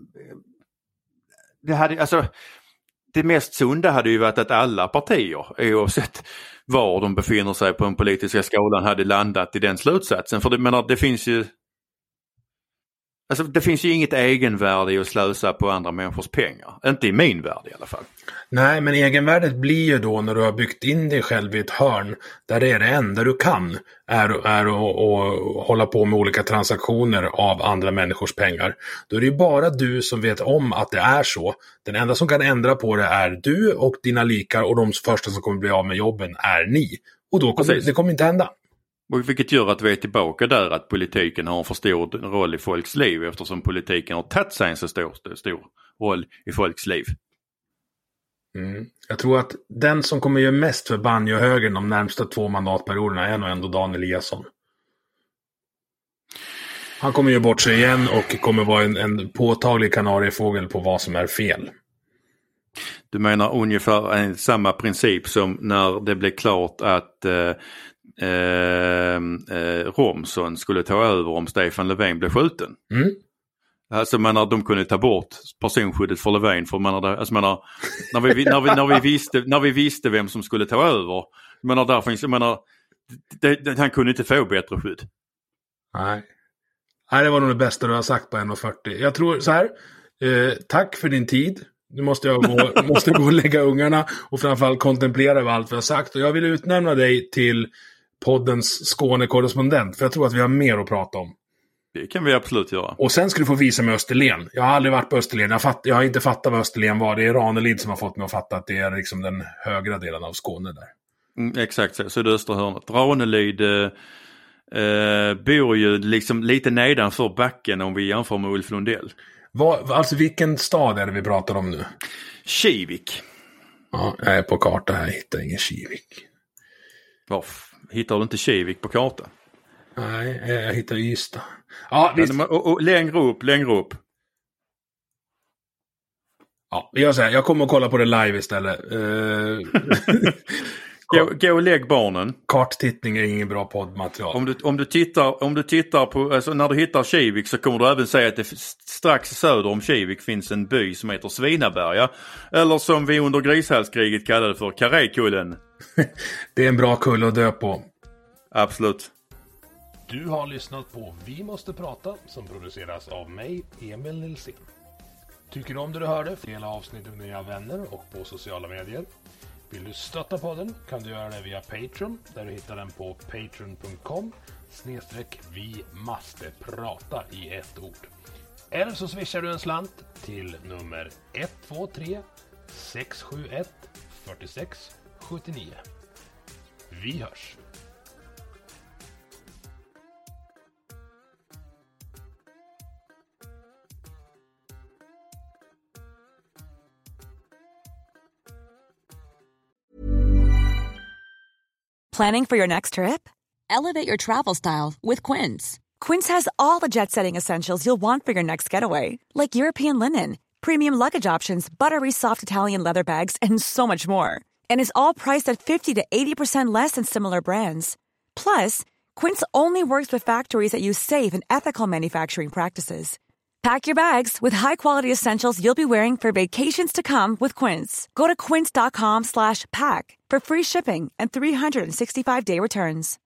det hade, alltså, det mest sunda hade ju varit att alla partier, oavsett var de befinner sig på den politiska skalan, hade landat i den slutsatsen. För det, menar, det finns ju alltså, det finns ju inget egenvärde i att slösa på andra människors pengar. Inte i min värld i alla fall. Nej, men egenvärdet blir ju då när du har byggt in dig själv i ett hörn där det är det enda du kan är, är att, att hålla på med olika transaktioner av andra människors pengar. Då är det ju bara du som vet om att det är så. Den enda som kan ändra på det är du och dina likar, och de första som kommer bli av med jobben är ni. Och då kommer det kommer inte hända. Och vilket gör att vi är tillbaka där, att politiken har en för stor roll i folks liv, eftersom politiken har tagit sig en så stor, stor roll i folks liv. Mm. Jag tror att den som kommer göra mest för banjohögern de närmsta två mandatperioderna är nog ändå Dan Eliasson. Han kommer ju bort sig igen och kommer vara en, en påtaglig kanariefågel på vad som är fel. Du menar ungefär en, samma princip som när det blev klart att eh, eh, eh, Romson skulle ta över om Stefan Löfven blev skjuten. Mm. Alltså menar, de kunde ta bort personskyddet för Löfven, för menar, alltså menar, när, vi, när, vi, när, vi visste, när vi visste vem som skulle ta över, menar, där finns, menar, det, det, han kunde inte få bättre skydd. Nej. Nej, det var nog det bästa du har sagt på en fyrtio. Jag tror så här, eh, tack för din tid. Nu måste jag gå, måste gå och lägga ungarna och framförallt kontemplera över allt vi har sagt. Och jag vill utnämna dig till poddens Skåne-korrespondent, för jag tror att vi har mer att prata om. Det kan vi absolut göra. Och sen ska du få visa mig Österlen. Jag har aldrig varit på Österlen. Jag, fatt, jag har inte fattat vad Österlen var. Det är Ranelid som har fått mig att fatta att det är liksom den högra delen av Skåne där. Mm, exakt, så, så det östra hörnet. Ranelid eh, eh, bor ju liksom lite nedanför backen om vi jämför med Ulf Lundell. Vad, alltså vilken stad är det vi pratar om nu? Kivik. Ja, jag är på karta här. Jag hittar ingen Kivik. Varför hittar du inte Kivik på kartan? Nej, jag hittar Ystad. Ja, visst. Men, och, och, längre upp, längre upp. Ja, jag säger, jag kommer att kolla på det live istället. Uh, gå, gå och lägg barnen. Karttittning är ingen bra poddmaterial. Om du, om du tittar, om du tittar på, alltså när du hittar Kivik så kommer du även säga att det strax söder om Kivik finns en by som heter Svinaberga. Eller som vi under Grishälskriget kallade för Karekullen. Det är en bra kull att dö på. Absolut. Du har lyssnat på Vi måste prata, som produceras av mig, Emil Nilsson. Tycker du om det du hörde? Dela avsnittet med dina vänner och på sociala medier. Vill du stötta podden kan du göra det via Patreon, där du hittar den på patreon punkt com snedstreck vi måste prata i ett ord. Eller så swishar du en slant till nummer ett två tre sex sju ett fyra sex sju nio. Vi hörs! Planning for your next trip? Elevate your travel style with Quince. Quince has all the jet-setting essentials you'll want for your next getaway, like European linen, premium luggage options, buttery soft Italian leather bags, and so much more. And is all priced at fifty to eighty percent less than similar brands. Plus, Quince only works with factories that use safe and ethical manufacturing practices. Pack your bags with high-quality essentials you'll be wearing for vacations to come with Quince. Go to quince dot com slash pack for free shipping and three sixty-five day returns.